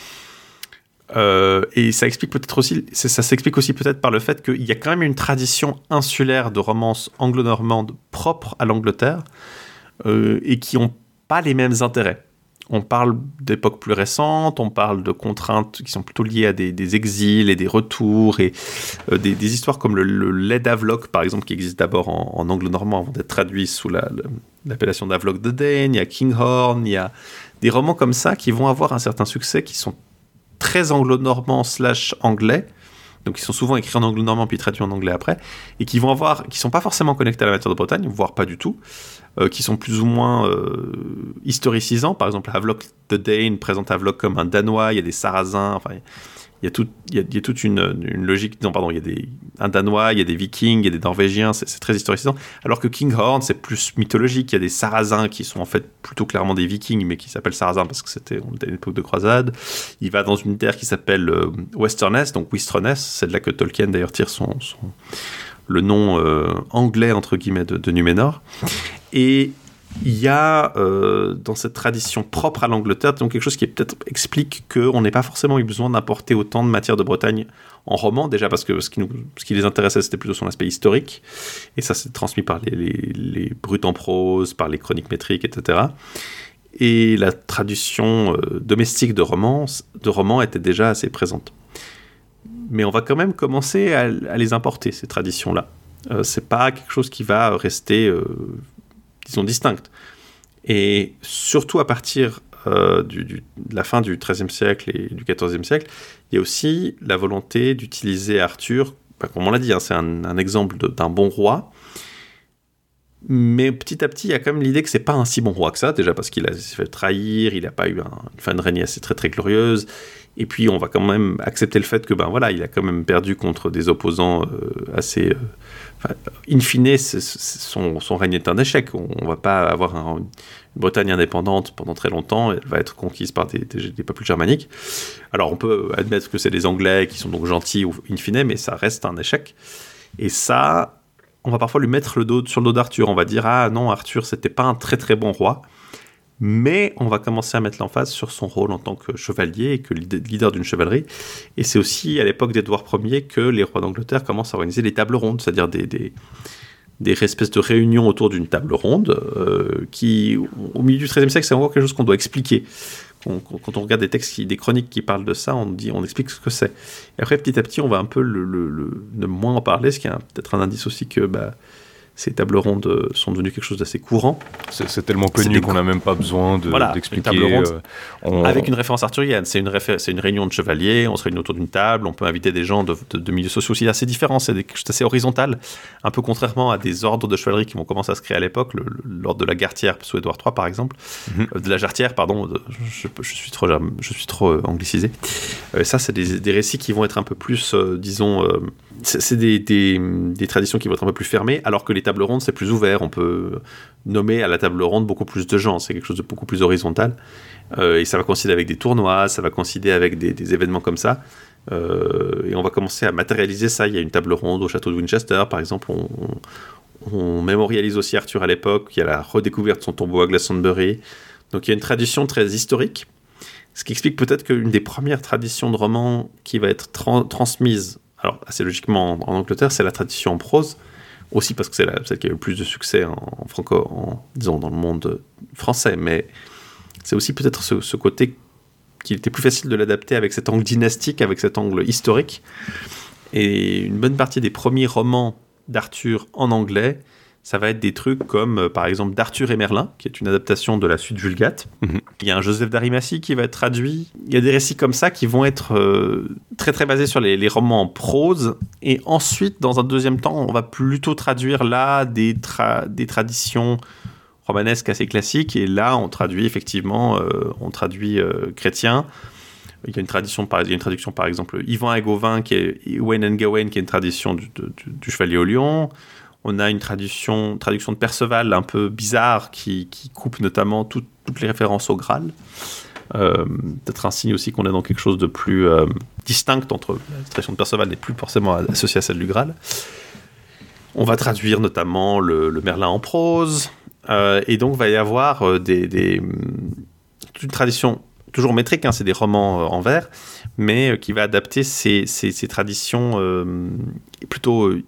Euh, et ça explique peut-être aussi, ça s'explique aussi peut-être par le fait qu'il y a quand même une tradition insulaire de romance anglo-normande propre à l'Angleterre euh, et qui n'ont pas les mêmes intérêts. On parle d'époques plus récentes, on parle de contraintes qui sont plutôt liées à des, des exils et des retours et euh, des, des histoires comme le, le lait d'Havelock, par exemple, qui existe d'abord en, en anglo-normand avant d'être traduit sous la, la, l'appellation d'Havelock de Dane. Il y a Kinghorn, il y a des romans comme ça qui vont avoir un certain succès, qui sont très anglo-normand slash anglais, donc ils sont souvent écrits en anglo-normand puis traduits en anglais après, et qui vont avoir, qui sont pas forcément connectés à la matière de Bretagne, voire pas du tout, euh, qui sont plus ou moins euh, historicisants. Par exemple, Havelock the Dane présente Havelock comme un Danois, il y a des Sarrasins, enfin il y a tout, il y a, il y a toute une, une logique. Non, pardon, il y a des, un Danois, il y a des Vikings, il y a des Norvégiens, c'est, c'est très historicisant. Alors que Kinghorn, c'est plus mythologique. Il y a des Sarrasins qui sont en fait plutôt clairement des Vikings, mais qui s'appellent Sarrasins parce que c'était on était à une époque de croisade. Il va dans une terre qui s'appelle euh, Westernesse, donc Wistronesse. C'est de là que Tolkien d'ailleurs tire son, son le nom euh, anglais entre guillemets de, de Numénor. Et il y a euh, dans cette tradition propre à l'Angleterre donc quelque chose qui peut-être explique qu'on n'ait pas forcément eu besoin d'importer autant de matière de Bretagne en roman, déjà parce que ce qui, nous, ce qui les intéressait c'était plutôt son aspect historique, et ça s'est transmis par les, les, les brutes en prose, par les chroniques métriques, et cetera. Et la tradition euh, domestique de romans, de romans était déjà assez présente. Mais on va quand même commencer à, à les importer, ces traditions-là. Euh, c'est pas quelque chose qui va rester... Euh, sont distinctes. Et surtout à partir euh, du, du, de la fin du treizième siècle et du quatorzième siècle, il y a aussi la volonté d'utiliser Arthur, bah, comme on l'a dit, hein, c'est un, un exemple de, d'un bon roi, Mais petit à petit, il y a quand même l'idée que c'est pas un si bon roi que ça, déjà parce qu'il a s'est fait trahir, il n'a pas eu un, une fin de règne assez très très glorieuse. Et puis on va quand même accepter le fait que ben voilà, il a quand même perdu contre des opposants euh, assez. Euh, enfin, in fine, c'est, c'est, son, son règne est un échec. On, on va pas avoir un, une Bretagne indépendante pendant très longtemps. Elle va être conquise par des, des, des peuples germaniques. Alors on peut admettre que c'est les Anglais qui sont donc gentils in fine, mais ça reste un échec. Et ça. On va parfois lui mettre le dos sur le dos d'Arthur. On va dire « Ah non, Arthur, c'était pas un très très bon roi. » Mais on va commencer à mettre l'emphase sur son rôle en tant que chevalier et que leader d'une chevalerie. Et c'est aussi à l'époque d'Édouard Ier que les rois d'Angleterre commencent à organiser les tables rondes, c'est-à-dire des, des, des espèces de réunions autour d'une table ronde euh, qui, au milieu du treizième siècle, c'est encore quelque chose qu'on doit expliquer. On, quand on regarde des textes, qui, des chroniques qui parlent de ça, on, dit, on explique ce que c'est. Et après, petit à petit, on va un peu le, le, le, ne moins en parler, ce qui est un, peut-être un indice aussi que bah, ces tables rondes sont devenues quelque chose d'assez courant. C'est, c'est tellement connu c'est qu'on n'a même pas besoin de, voilà, d'expliquer. Une table ronde, euh, on... avec une référence arthurienne. C'est une, réfé- c'est une réunion de chevaliers, on se réunit autour d'une table, on peut inviter des gens de, de, de milieux sociaux aussi assez différents, c'est quelque chose d'assez horizontal, un peu contrairement à des ordres de chevalerie qui vont commencer à se créer à l'époque, le, le, l'ordre de la Gartière sous Édouard trois par exemple, mm-hmm. euh, de la Jarretière, pardon, de, je, je suis trop, je suis trop euh, anglicisé. Euh, ça, c'est des, des récits qui vont être un peu plus, euh, disons, euh, c'est, c'est des, des, des traditions qui vont être un peu plus fermées, alors que les tables rondes, c'est plus ouvert. On peut nommer à la table ronde beaucoup plus de gens. C'est quelque chose de beaucoup plus horizontal. Euh, et ça va coïncider avec des tournois, ça va coïncider avec des, des événements comme ça. Euh, et on va commencer à matérialiser ça. Il y a une table ronde au château de Winchester, par exemple. On, on, on mémorialise aussi Arthur à l'époque. Il y a la redécouverte de son tombeau à Glastonbury. Donc il y a une tradition très historique. Ce qui explique peut-être qu'une des premières traditions de romans qui va être tra- transmise, alors assez logiquement en, en Angleterre, c'est la tradition en prose. Aussi parce que c'est la, celle qui a eu le plus de succès en, en franco, en, disons dans le monde français, mais c'est aussi peut-être ce, ce côté qu'il était plus facile de l'adapter avec cet angle dynastique, avec cet angle historique. Et une bonne partie des premiers romans d'Arthur en anglais, ça va être des trucs comme, euh, par exemple, d'Arthur et Merlin, qui est une adaptation de la suite Vulgate. Mm-hmm. Il y a un Joseph d'Arimathie qui va être traduit. Il y a des récits comme ça qui vont être euh, très, très basés sur les, les romans en prose. Et ensuite, dans un deuxième temps, on va plutôt traduire là des, tra- des traditions romanesques assez classiques. Et là, on traduit effectivement, euh, on traduit euh, chrétien. Il y a une tradition, par, il y a une traduction, par exemple, Yvan et Gawain, qui est Ewain and Gawain, qui est une tradition du, du, du Chevalier au Lion. On a une traduction, traduction de Perceval un peu bizarre qui, qui coupe notamment tout, toutes les références au Graal. Euh, peut-être un signe aussi qu'on est dans quelque chose de plus euh, distinct entre la traduction de Perceval n'est plus forcément associée à celle du Graal. On va traduire notamment le, le Merlin en prose. Euh, et donc, il va y avoir euh, des, des, toute une tradition toujours métrique, hein, c'est des romans euh, en vers, mais euh, qui va adapter ces, ces, ces traditions euh, plutôt euh,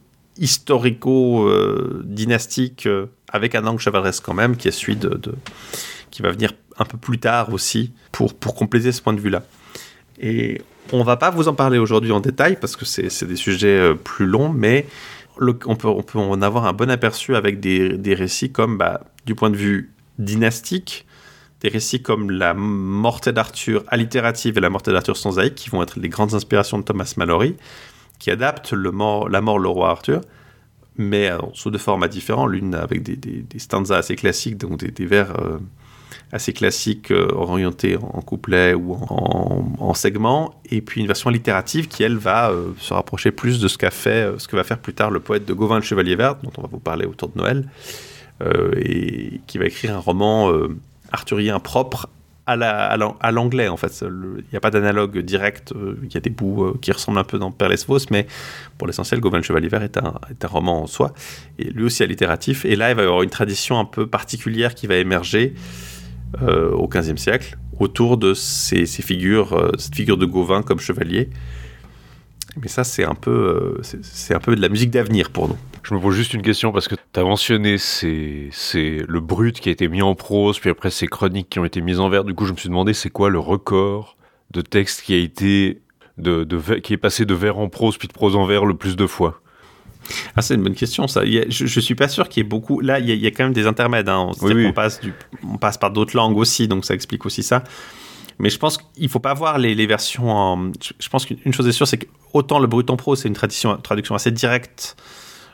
historico-dynastique euh, euh, avec un angle chevaleresque quand même qui est celui de, de qui va venir un peu plus tard aussi pour, pour compléter ce point de vue-là. Et on va pas vous en parler aujourd'hui en détail parce que c'est, c'est des sujets euh, plus longs, mais le, on, peut, on peut en avoir un bon aperçu avec des, des récits comme bah, du point de vue dynastique, des récits comme la Morte d'Arthur allitérative et la Morte d'Arthur stanzaïque qui vont être les grandes inspirations de Thomas Malory, qui adapte le mort, la mort le roi Arthur, mais euh, sous deux formats différents, l'une avec des, des, des stanzas assez classiques, donc des, des vers euh, assez classiques euh, orientés en couplet ou en, en, en segment, et puis une version allitérative qui, elle, va euh, se rapprocher plus de ce qu'a fait, euh, ce que va faire plus tard le poète de Gauvin le Chevalier Vert, dont on va vous parler autour de Noël, euh, et qui va écrire un roman euh, arthurien propre À, la, à l'anglais, en fait. Il n'y a pas d'analogue direct. Il euh, y a des bouts euh, qui ressemblent un peu dans Père Lesvos, mais pour l'essentiel, Gauvin le Chevalier Vert est un, est un roman en soi, et lui aussi allitératif. Et là, il va y avoir une tradition un peu particulière qui va émerger euh, au quinzième siècle, autour de ces, ces figures, euh, cette figure de Gauvin comme chevalier. Mais ça, c'est un peu, euh, c'est, c'est un peu de la musique d'avenir pour nous. Je me pose juste une question parce que tu as mentionné c'est, c'est le brut qui a été mis en prose, puis après ces chroniques qui ont été mises en vers. Du coup, je me suis demandé c'est quoi le record de texte qui a été de, de, qui est passé de vers en prose puis de prose en vers le plus de fois. Ah, c'est une bonne question, ça. Il y a, je, je suis pas sûr qu'il y ait beaucoup. Là, il y a, il y a quand même des intermèdes. Hein. Oui, oui. On passe du, on passe par d'autres langues aussi, donc ça explique aussi ça. Mais je pense qu'il ne faut pas voir les, les versions en... Je pense qu'une chose est sûre, c'est que autant le brut en prose, c'est une tradition, traduction assez directe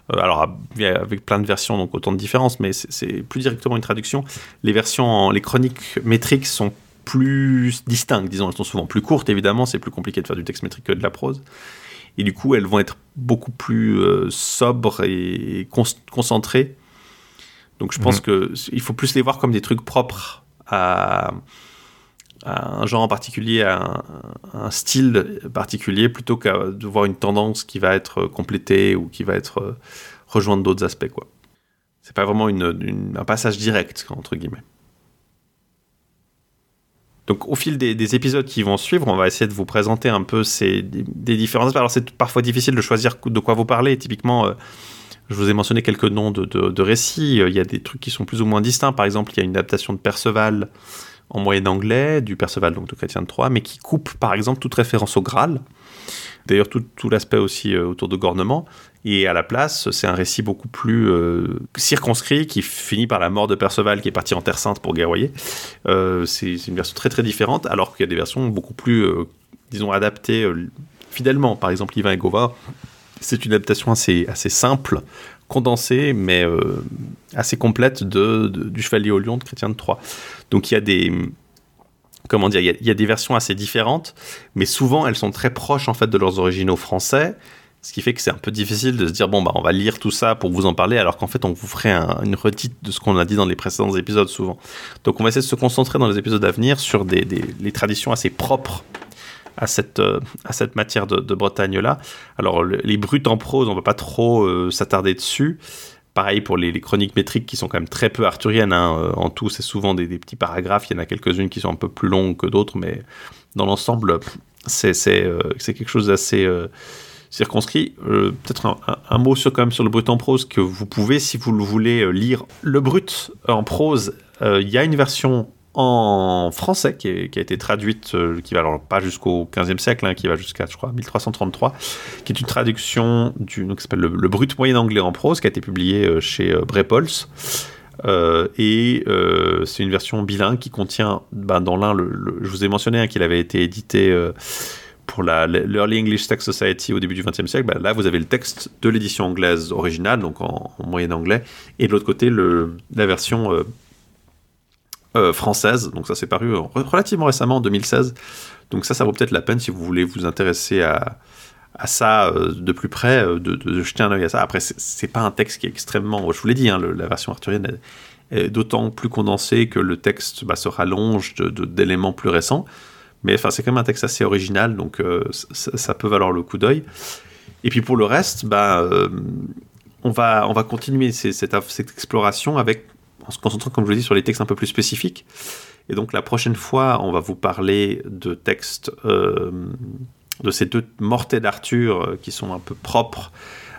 Euh, alors, avec plein de versions, donc autant de différences, mais c'est, c'est plus directement une traduction. Les versions, en, les chroniques métriques sont plus distinctes, disons, elles sont souvent plus courtes, évidemment, c'est plus compliqué de faire du texte métrique que de la prose. Et du coup, elles vont être beaucoup plus euh, sobres et con- concentrées. Donc, je pense mmh. qu'il faut plus les voir comme des trucs propres à, à un genre en particulier, à un, à un style particulier, plutôt qu'à de voir une tendance qui va être complétée ou qui va être euh, rejointe d'autres aspects, quoi. C'est pas vraiment une, une, un passage direct, entre guillemets. Donc, au fil des, des épisodes qui vont suivre, on va essayer de vous présenter un peu ces, des, des différents aspects. Alors, c'est parfois difficile de choisir de quoi vous parler. Typiquement, euh, je vous ai mentionné quelques noms de, de, de récits. Il y a des trucs qui sont plus ou moins distincts. Par exemple, il y a une adaptation de Perceval en moyen anglais, du Perceval donc de Chrétien de Troyes, mais qui coupe, par exemple, toute référence au Graal. D'ailleurs, tout, tout l'aspect aussi euh, autour de Gornement. Et à la place, c'est un récit beaucoup plus euh, circonscrit qui finit par la mort de Perceval qui est parti en Terre Sainte pour guerroyer. Euh, c'est, c'est une version très très différente, alors qu'il y a des versions beaucoup plus, euh, disons, adaptées euh, fidèlement. Par exemple, Yvain et Gauvin, c'est une adaptation assez, assez simple, condensée, mais euh, assez complète de, de, du Chevalier au Lion de Chrétien de Troyes. Donc il y a des... Comment dire, il y, a, il y a des versions assez différentes, mais souvent elles sont très proches en fait de leurs originaux français, ce qui fait que c'est un peu difficile de se dire bon bah on va lire tout ça pour vous en parler, alors qu'en fait on vous ferait un, une redite de ce qu'on a dit dans les précédents épisodes souvent. Donc on va essayer de se concentrer dans les épisodes à venir sur des, des les traditions assez propres à cette euh, à cette matière de, de Bretagne là. Alors le, les brutes en prose, on va pas trop euh, s'attarder dessus. Pareil pour les, les chroniques métriques qui sont quand même très peu arthuriennes. Hein. En tout, c'est souvent des, des petits paragraphes. Il y en a quelques-unes qui sont un peu plus longues que d'autres, mais dans l'ensemble, c'est, c'est, euh, c'est quelque chose d'assez euh, circonscrit. Euh, peut-être un, un, un mot sur, quand même sur le brut en prose que vous pouvez, si vous le voulez, lire. Le brut en prose, euh, il y a une version en français qui, est, qui a été traduite, euh, qui va alors pas jusqu'au quinzième siècle, hein, qui va jusqu'à, je crois, mille trois cent trente-trois, qui est une traduction du, donc, qui s'appelle le, le Brut moyen anglais en prose, qui a été publié euh, chez euh, Brepols. Euh, et euh, c'est une version bilingue qui contient, ben, dans l'un, le, le, je vous ai mentionné hein, qu'il avait été édité euh, pour la, l'Early English Text Society au début du vingtième siècle. Ben, là, vous avez le texte de l'édition anglaise originale, donc en, en moyen anglais, et de l'autre côté, le, la version euh, Euh, française, donc ça s'est paru euh, relativement récemment en deux mille seize, donc ça ça vaut peut-être la peine si vous voulez vous intéresser à, à ça euh, de plus près, euh, de, de, de jeter un œil à ça. Après c'est, c'est pas un texte qui est extrêmement, je vous l'ai dit, hein, le, la version arthurienne est, est d'autant plus condensée que le texte bah, se rallonge de, de, d'éléments plus récents, mais enfin c'est quand même un texte assez original, donc euh, ça, ça peut valoir le coup d'œil. Et puis pour le reste, bah, euh, on, va, on va continuer ces, cette, cette exploration avec en se concentrant, comme je l'ai dit, sur les textes un peu plus spécifiques. Et donc, la prochaine fois, on va vous parler de textes, euh, de ces deux mortets d'Arthur euh, qui sont un peu propres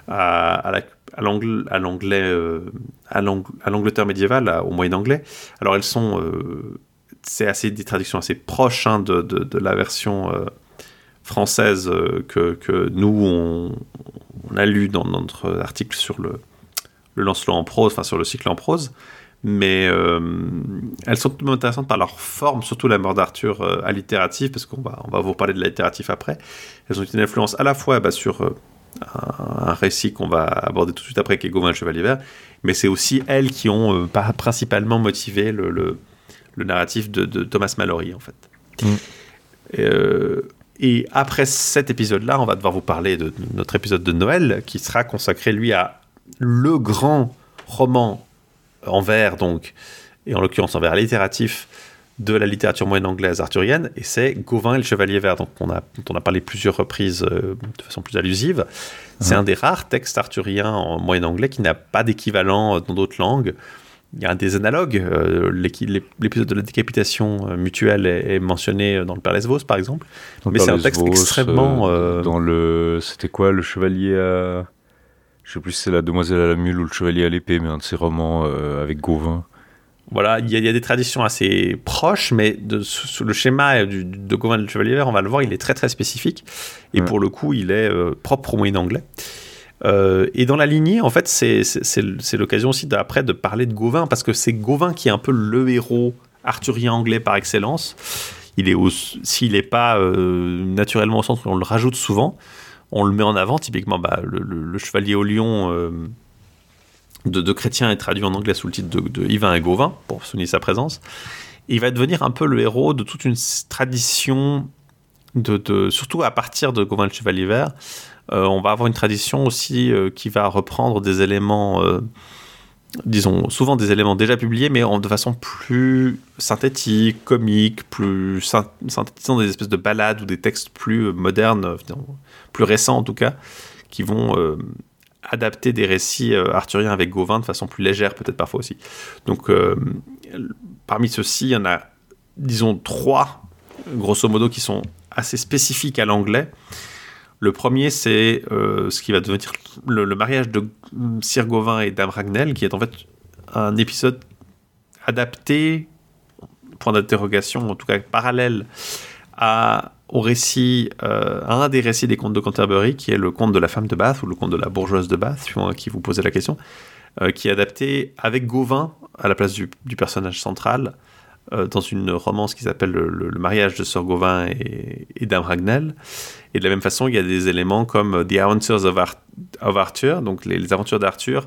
à, à, la, à, l'anglais, à, l'anglais, euh, à, l'ang, à l'Angleterre médiévale, à, au Moyen anglais. Alors, elles sont... Euh, c'est assez, des traductions assez proches hein, de, de, de la version euh, française euh, que, que nous, on, on a lu dans notre article sur le, le Lancelot en prose, enfin, sur le cycle en prose. Mais euh, elles sont tout de même intéressantes par leur forme, surtout la mort d'Arthur euh, allitérative, parce qu'on va, on va vous parler de l'allitératif après. Elles ont une influence à la fois bah, sur euh, un, un récit qu'on va aborder tout de suite après, qui est Gauvin le Chevalier Vert, mais c'est aussi elles qui ont euh, pas, principalement motivé le, le, le narratif de, de Thomas Malory, en fait. Mm. Et, euh, et après cet épisode-là, on va devoir vous parler de, de notre épisode de Noël, qui sera consacré, lui, à le grand roman en vers, donc, et en l'occurrence en vers allitératif, de la littérature moyenne anglaise arthurienne, et c'est Gauvin et le Chevalier Vert, donc on a, dont on a parlé plusieurs reprises euh, de façon plus allusive. C'est mmh. un des rares textes arthuriens en moyen anglais qui n'a pas d'équivalent dans d'autres langues. Il y a des analogues, euh, l'épisode de la décapitation mutuelle est, est mentionné dans le Père Lesvos, par exemple, dans mais c'est un texte Vos, extrêmement... Euh, dans le... C'était quoi, le Chevalier à... Je sais plus si c'est la Demoiselle à la Mule ou le Chevalier à l'épée, mais un de ces romans euh, avec Gauvin. Voilà, il y, y a des traditions assez proches, mais de, sous le schéma du, de Gauvin et le Chevalier Vert, on va le voir, il est très très spécifique. Et ouais. pour le coup, il est euh, propre au moyen anglais. Euh, et dans la lignée, en fait, c'est, c'est, c'est, c'est l'occasion aussi d'après de parler de Gauvin, parce que c'est Gauvin qui est un peu le héros arthurien anglais par excellence. Il est au, s'il n'est pas euh, naturellement au centre, on le rajoute souvent. on le met en avant. Typiquement, bah, le, le, le Chevalier au Lion euh, de, de Chrétien est traduit en anglais sous le titre de, de Yvain et Gauvin, pour souligner sa présence. Et il va devenir un peu le héros de toute une tradition, de, de, surtout à partir de Gauvin le Chevalier Vert. Euh, on va avoir une tradition aussi euh, qui va reprendre des éléments, euh, disons, souvent des éléments déjà publiés, mais en, de façon plus synthétique, comique, plus syn- synthétisant des espèces de ballades ou des textes plus modernes, plus récents en tout cas, qui vont euh, adapter des récits euh, arthuriens avec Gauvin de façon plus légère, peut-être parfois aussi. Donc, euh, parmi ceux-ci, il y en a, disons, trois, grosso modo, qui sont assez spécifiques à l'anglais. Le premier, c'est euh, ce qui va devenir le, le mariage de Sir Gauvin et Dame Ragnell, qui est en fait un épisode adapté, point d'interrogation, en tout cas parallèle à, au récit, euh, à un des récits des contes de Canterbury, qui est le conte de la femme de Bath, ou le conte de la bourgeoise de Bath, suivant à qui vous posez la question, euh, qui est adapté avec Gauvin à la place du, du personnage central, euh, dans une romance qui s'appelle le, le, le mariage de Sir Gauvin et, et Dame Ragnell. Et de la même façon, il y a des éléments comme The Adventures of, Ar- of Arthur, donc les, les aventures d'Arthur,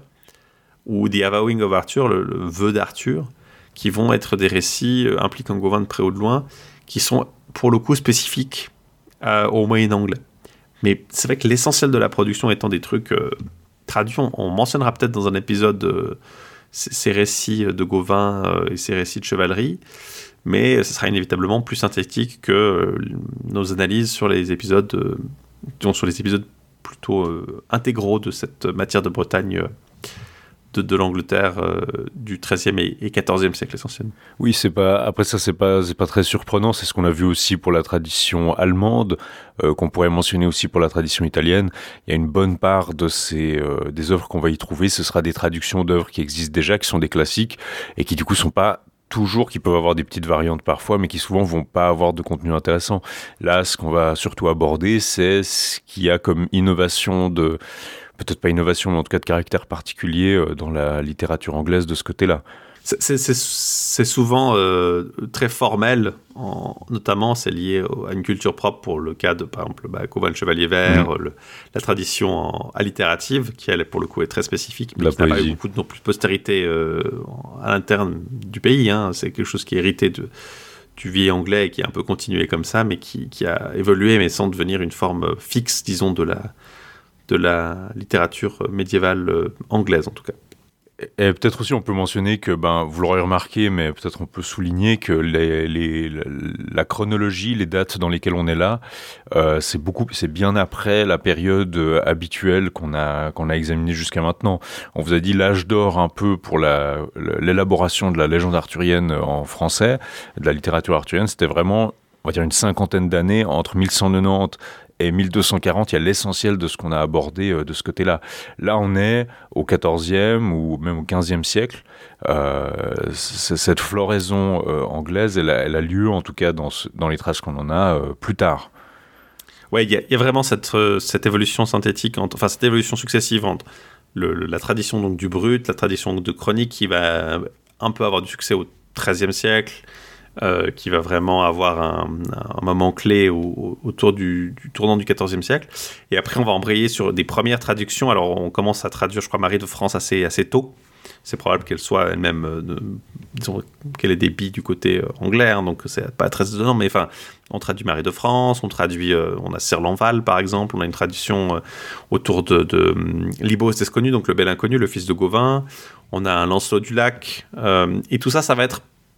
ou The Avowing of Arthur, le, le vœu d'Arthur, qui vont être des récits euh, impliquant Gauvin de près ou de loin, qui sont pour le coup spécifiques euh, au Moyen anglais. Mais c'est vrai que l'essentiel de la production étant des trucs euh, traduits, on, on mentionnera peut-être dans un épisode euh, ces, ces récits de Gauvin euh, et ces récits de chevalerie, mais ce sera inévitablement plus synthétique que euh, nos analyses sur les épisodes, euh, disons, sur les épisodes plutôt euh, intégraux de cette matière de Bretagne euh, de, de l'Angleterre euh, du treizième et, et quatorzième siècle essentiellement. Oui, c'est pas. Après ça, c'est pas, c'est pas très surprenant. C'est ce qu'on a vu aussi pour la tradition allemande, euh, qu'on pourrait mentionner aussi pour la tradition italienne. Il y a une bonne part de ces euh, des œuvres qu'on va y trouver. Ce sera des traductions d'œuvres qui existent déjà, qui sont des classiques et qui du coup sont pas toujours, qui peuvent avoir des petites variantes parfois, mais qui souvent vont pas avoir de contenu intéressant. Là, ce qu'on va surtout aborder, c'est ce qu'il y a comme innovation de, peut-être pas innovation, mais en tout cas de caractère particulier dans la littérature anglaise de ce côté-là. C'est, c'est, c'est, c'est souvent euh, très formel, en, notamment c'est lié au, à une culture propre pour le cas de, par exemple, bah, Gauvin le Chevalier Vert, mmh. le, la tradition en, allitérative, qui elle, pour le coup, est très spécifique, mais la qui poésie. N'a pas eu beaucoup de non plus de postérité euh, à l'interne du pays. Hein. C'est quelque chose qui est hérité de, du vieil anglais et qui a un peu continué comme ça, mais qui, qui a évolué, mais sans devenir une forme fixe, disons, de la, de la littérature médiévale anglaise, en tout cas. Et peut-être aussi on peut mentionner que, ben, vous l'aurez remarqué, mais peut-être on peut souligner que les, les, la chronologie, les dates dans lesquelles on est là, euh, c'est beaucoup, c'est bien après la période habituelle qu'on a qu'on a examinée jusqu'à maintenant. On vous a dit l'âge d'or un peu pour la, l'élaboration de la légende arthurienne en français, de la littérature arthurienne, c'était vraiment, on va dire, une cinquantaine d'années entre mille cent quatre-vingt-dix et mille deux cent quarante, il y a l'essentiel de ce qu'on a abordé euh, de ce côté-là. Là, on est au quatorzième ou même au quinzième siècle. Euh, cette floraison euh, anglaise, elle a, elle a lieu, en tout cas dans, ce, dans les traces qu'on en a, euh, plus tard. Oui, il y, y a vraiment cette, euh, cette évolution synthétique, entre, enfin cette évolution successive entre le, le, la tradition donc, du brut, la tradition de chronique qui va un peu avoir du succès au treizième siècle, Euh, qui va vraiment avoir un, un moment clé au, autour du, du tournant du quatorzième siècle. Et après, on va embrayer sur des premières traductions. Alors, on commence à traduire, je crois, Marie de France assez, assez tôt. C'est probable qu'elle soit elle-même, euh, de, disons, qu'elle ait des billes du côté euh, anglais, hein, donc c'est pas très étonnant. Mais enfin, on traduit Marie de France, on traduit, euh, on a Serre-Lanval, par exemple. On a une traduction euh, autour de, de um, Libos Desconnu, donc le bel inconnu, le fils de Gauvin. On a un Lancelot du Lac. Euh, et tout ça, ça va être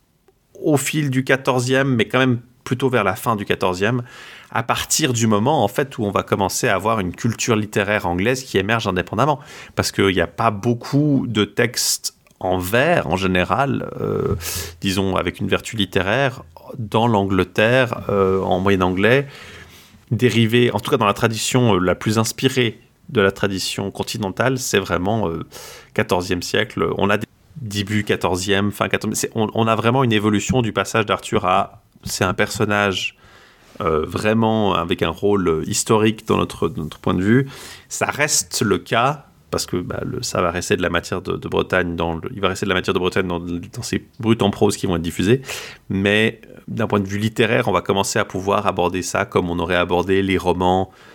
au fil du quatorzième, mais quand même plutôt vers la fin du quatorzième, à partir du moment en fait où on va commencer à avoir une culture littéraire anglaise qui émerge indépendamment, parce qu'il n'y a pas beaucoup de textes en vers en général, euh, disons avec une vertu littéraire dans l'Angleterre, euh, en moyen anglais, dérivés, en tout cas dans la tradition la plus inspirée de la tradition continentale, c'est vraiment euh, quatorzième siècle. On a des début quatorzième, fin quatorzième. C'est, on, on a vraiment une évolution du passage d'Arthur à... C'est un personnage euh, vraiment avec un rôle historique dans notre, de notre point de vue. Ça reste le cas, parce que bah, le, ça va rester de la matière de, de Bretagne, dans le, il va rester de la matière de Bretagne dans, dans ces bruts en prose qui vont être diffusés. Mais d'un point de vue littéraire, on va commencer à pouvoir aborder ça comme on aurait abordé les romans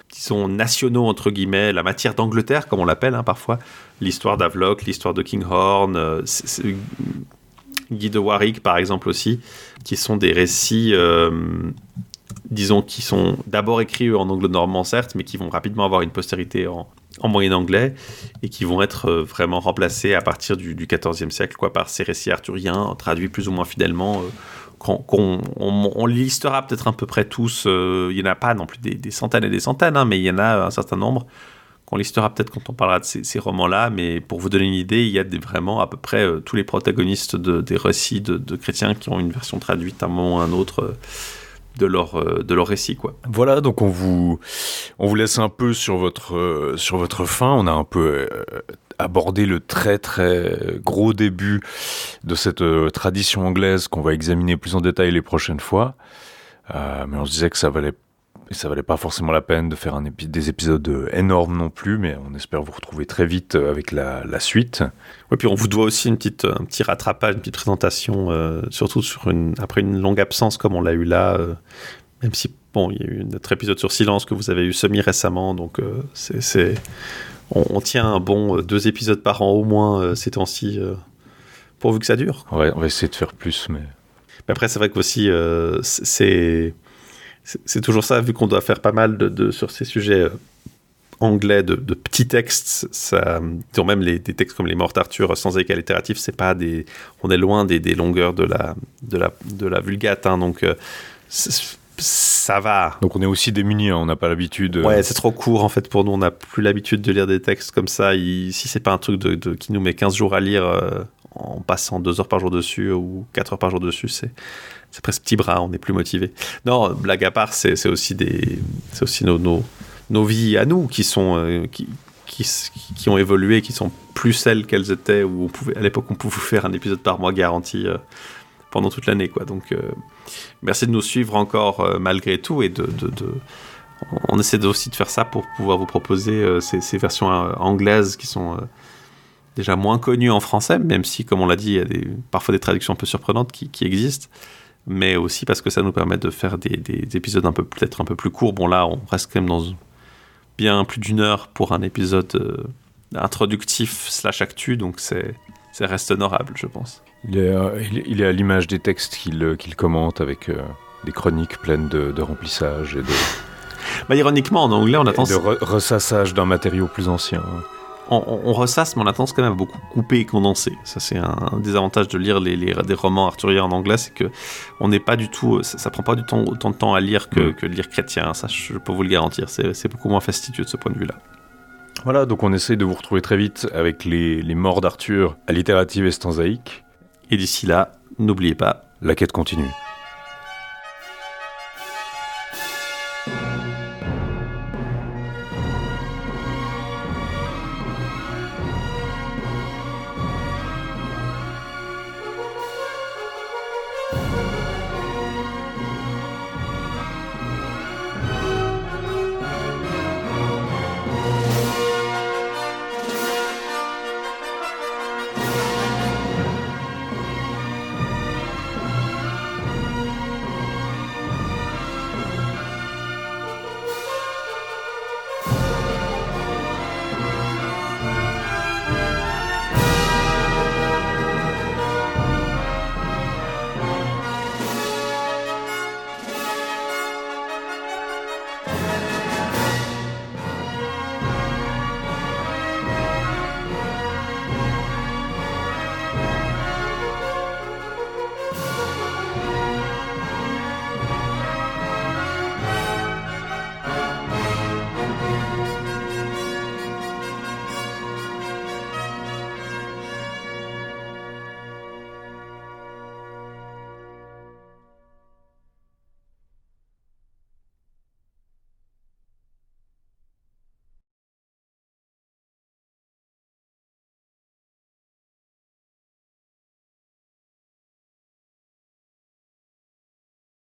disons, nationaux, entre guillemets, la matière d'Angleterre, comme on l'appelle hein, parfois, l'histoire d'Havelock, l'histoire de Kinghorn, euh, c'est, c'est, Guy de Warwick, par exemple, aussi, qui sont des récits, euh, disons, qui sont d'abord écrits en anglo-normand, certes, mais qui vont rapidement avoir une postérité en, en moyen anglais, et qui vont être euh, vraiment remplacés à partir du, du quatorzième siècle, quoi, par ces récits arthuriens, traduits plus ou moins fidèlement, euh, qu'on, qu'on on, on les listera peut-être à peu près tous, euh, il n'y en a pas non plus des, des centaines et des centaines, hein, mais il y en a un certain nombre, qu'on listera peut-être quand on parlera de ces, ces romans-là, mais pour vous donner une idée, il y a des, vraiment à peu près euh, tous les protagonistes de, des récits de, de chrétiens qui ont une version traduite à un moment ou à un autre euh, de leur, euh, de leur récit, quoi. Voilà, donc on vous, on vous laisse un peu sur votre, euh, sur votre fin. On a un peu euh, abordé le très très gros début de cette euh, tradition anglaise qu'on va examiner plus en détail les prochaines fois. Euh, mais on se disait que ça valait Et ça valait pas forcément la peine de faire un épi- des épisodes énormes non plus, mais on espère vous retrouver très vite avec la, la suite. Oui, puis on vous doit aussi une petite, un petit rattrapage, une petite présentation, euh, surtout sur une, après une longue absence comme on l'a eu là, euh, même si, bon, il y a eu notre épisode sur Silence que vous avez eu semi-récemment, donc euh, c'est, c'est, on, on tient un bon euh, deux épisodes par an au moins euh, ces temps-ci, euh, pourvu que ça dure. Ouais, on va essayer de faire plus, mais... mais après, c'est vrai qu'aussi, euh, c'est... C'est toujours ça, vu qu'on doit faire pas mal de, de, sur ces sujets euh, anglais, de, de petits textes, ça, même les, des textes comme les Morts d'Arthur sans égal itératif, c'est pas des, on est loin des, des longueurs de la, de la, de la Vulgate, hein, donc euh, ça va. Donc on est aussi démunis, hein, on n'a pas l'habitude... Euh... Ouais, c'est trop court en fait pour nous, on n'a plus l'habitude de lire des textes comme ça, il, si c'est pas un truc de, de, qui nous met quinze jours à lire euh, en passant deux heures par jour dessus ou quatre heures par jour dessus, c'est... c'est presque petit bras, on est plus motivé. Non, blague à part, c'est, c'est aussi, des, c'est aussi nos, nos, nos vies à nous qui, sont, euh, qui, qui, qui ont évolué, qui sont plus celles qu'elles étaient, où on pouvait, à l'époque on pouvait faire un épisode par mois garanti euh, pendant toute l'année, quoi. Donc, euh, merci de nous suivre encore euh, malgré tout, et de, de, de, on essaie aussi de faire ça pour pouvoir vous proposer euh, ces, ces versions euh, anglaises qui sont... Euh, déjà moins connues en français, même si, comme on l'a dit, il y a des, parfois des traductions un peu surprenantes qui, qui existent, mais aussi parce que ça nous permet de faire des, des épisodes un peu, peut-être un peu plus courts. Bon, là, on reste quand même dans bien plus d'une heure pour un épisode euh, introductif slash actu, donc c'est, c'est reste honorable, je pense. Il est, euh, il est à l'image des textes qu'il, qu'il commente, avec euh, des chroniques pleines de, de remplissage et de... bah, ironiquement, en anglais, on a tendance... de re- ressassage d'un matériau plus ancien. On, on, on ressasse, mais on a tendance quand même à beaucoup couper et condenser. Ça, c'est un, un des avantages de lire les, les, des romans arthuriens en anglais, c'est que on n'est pas du tout, ça, ça prend pas du temps, autant de temps à lire que, mmh. que de lire chrétien. Ça, je peux vous le garantir. C'est, c'est beaucoup moins fastidieux de ce point de vue-là. Voilà, donc on essaye de vous retrouver très vite avec les, les Morts d'Arthur, allitérative et stanzaïque. Et d'ici là, n'oubliez pas, la quête continue.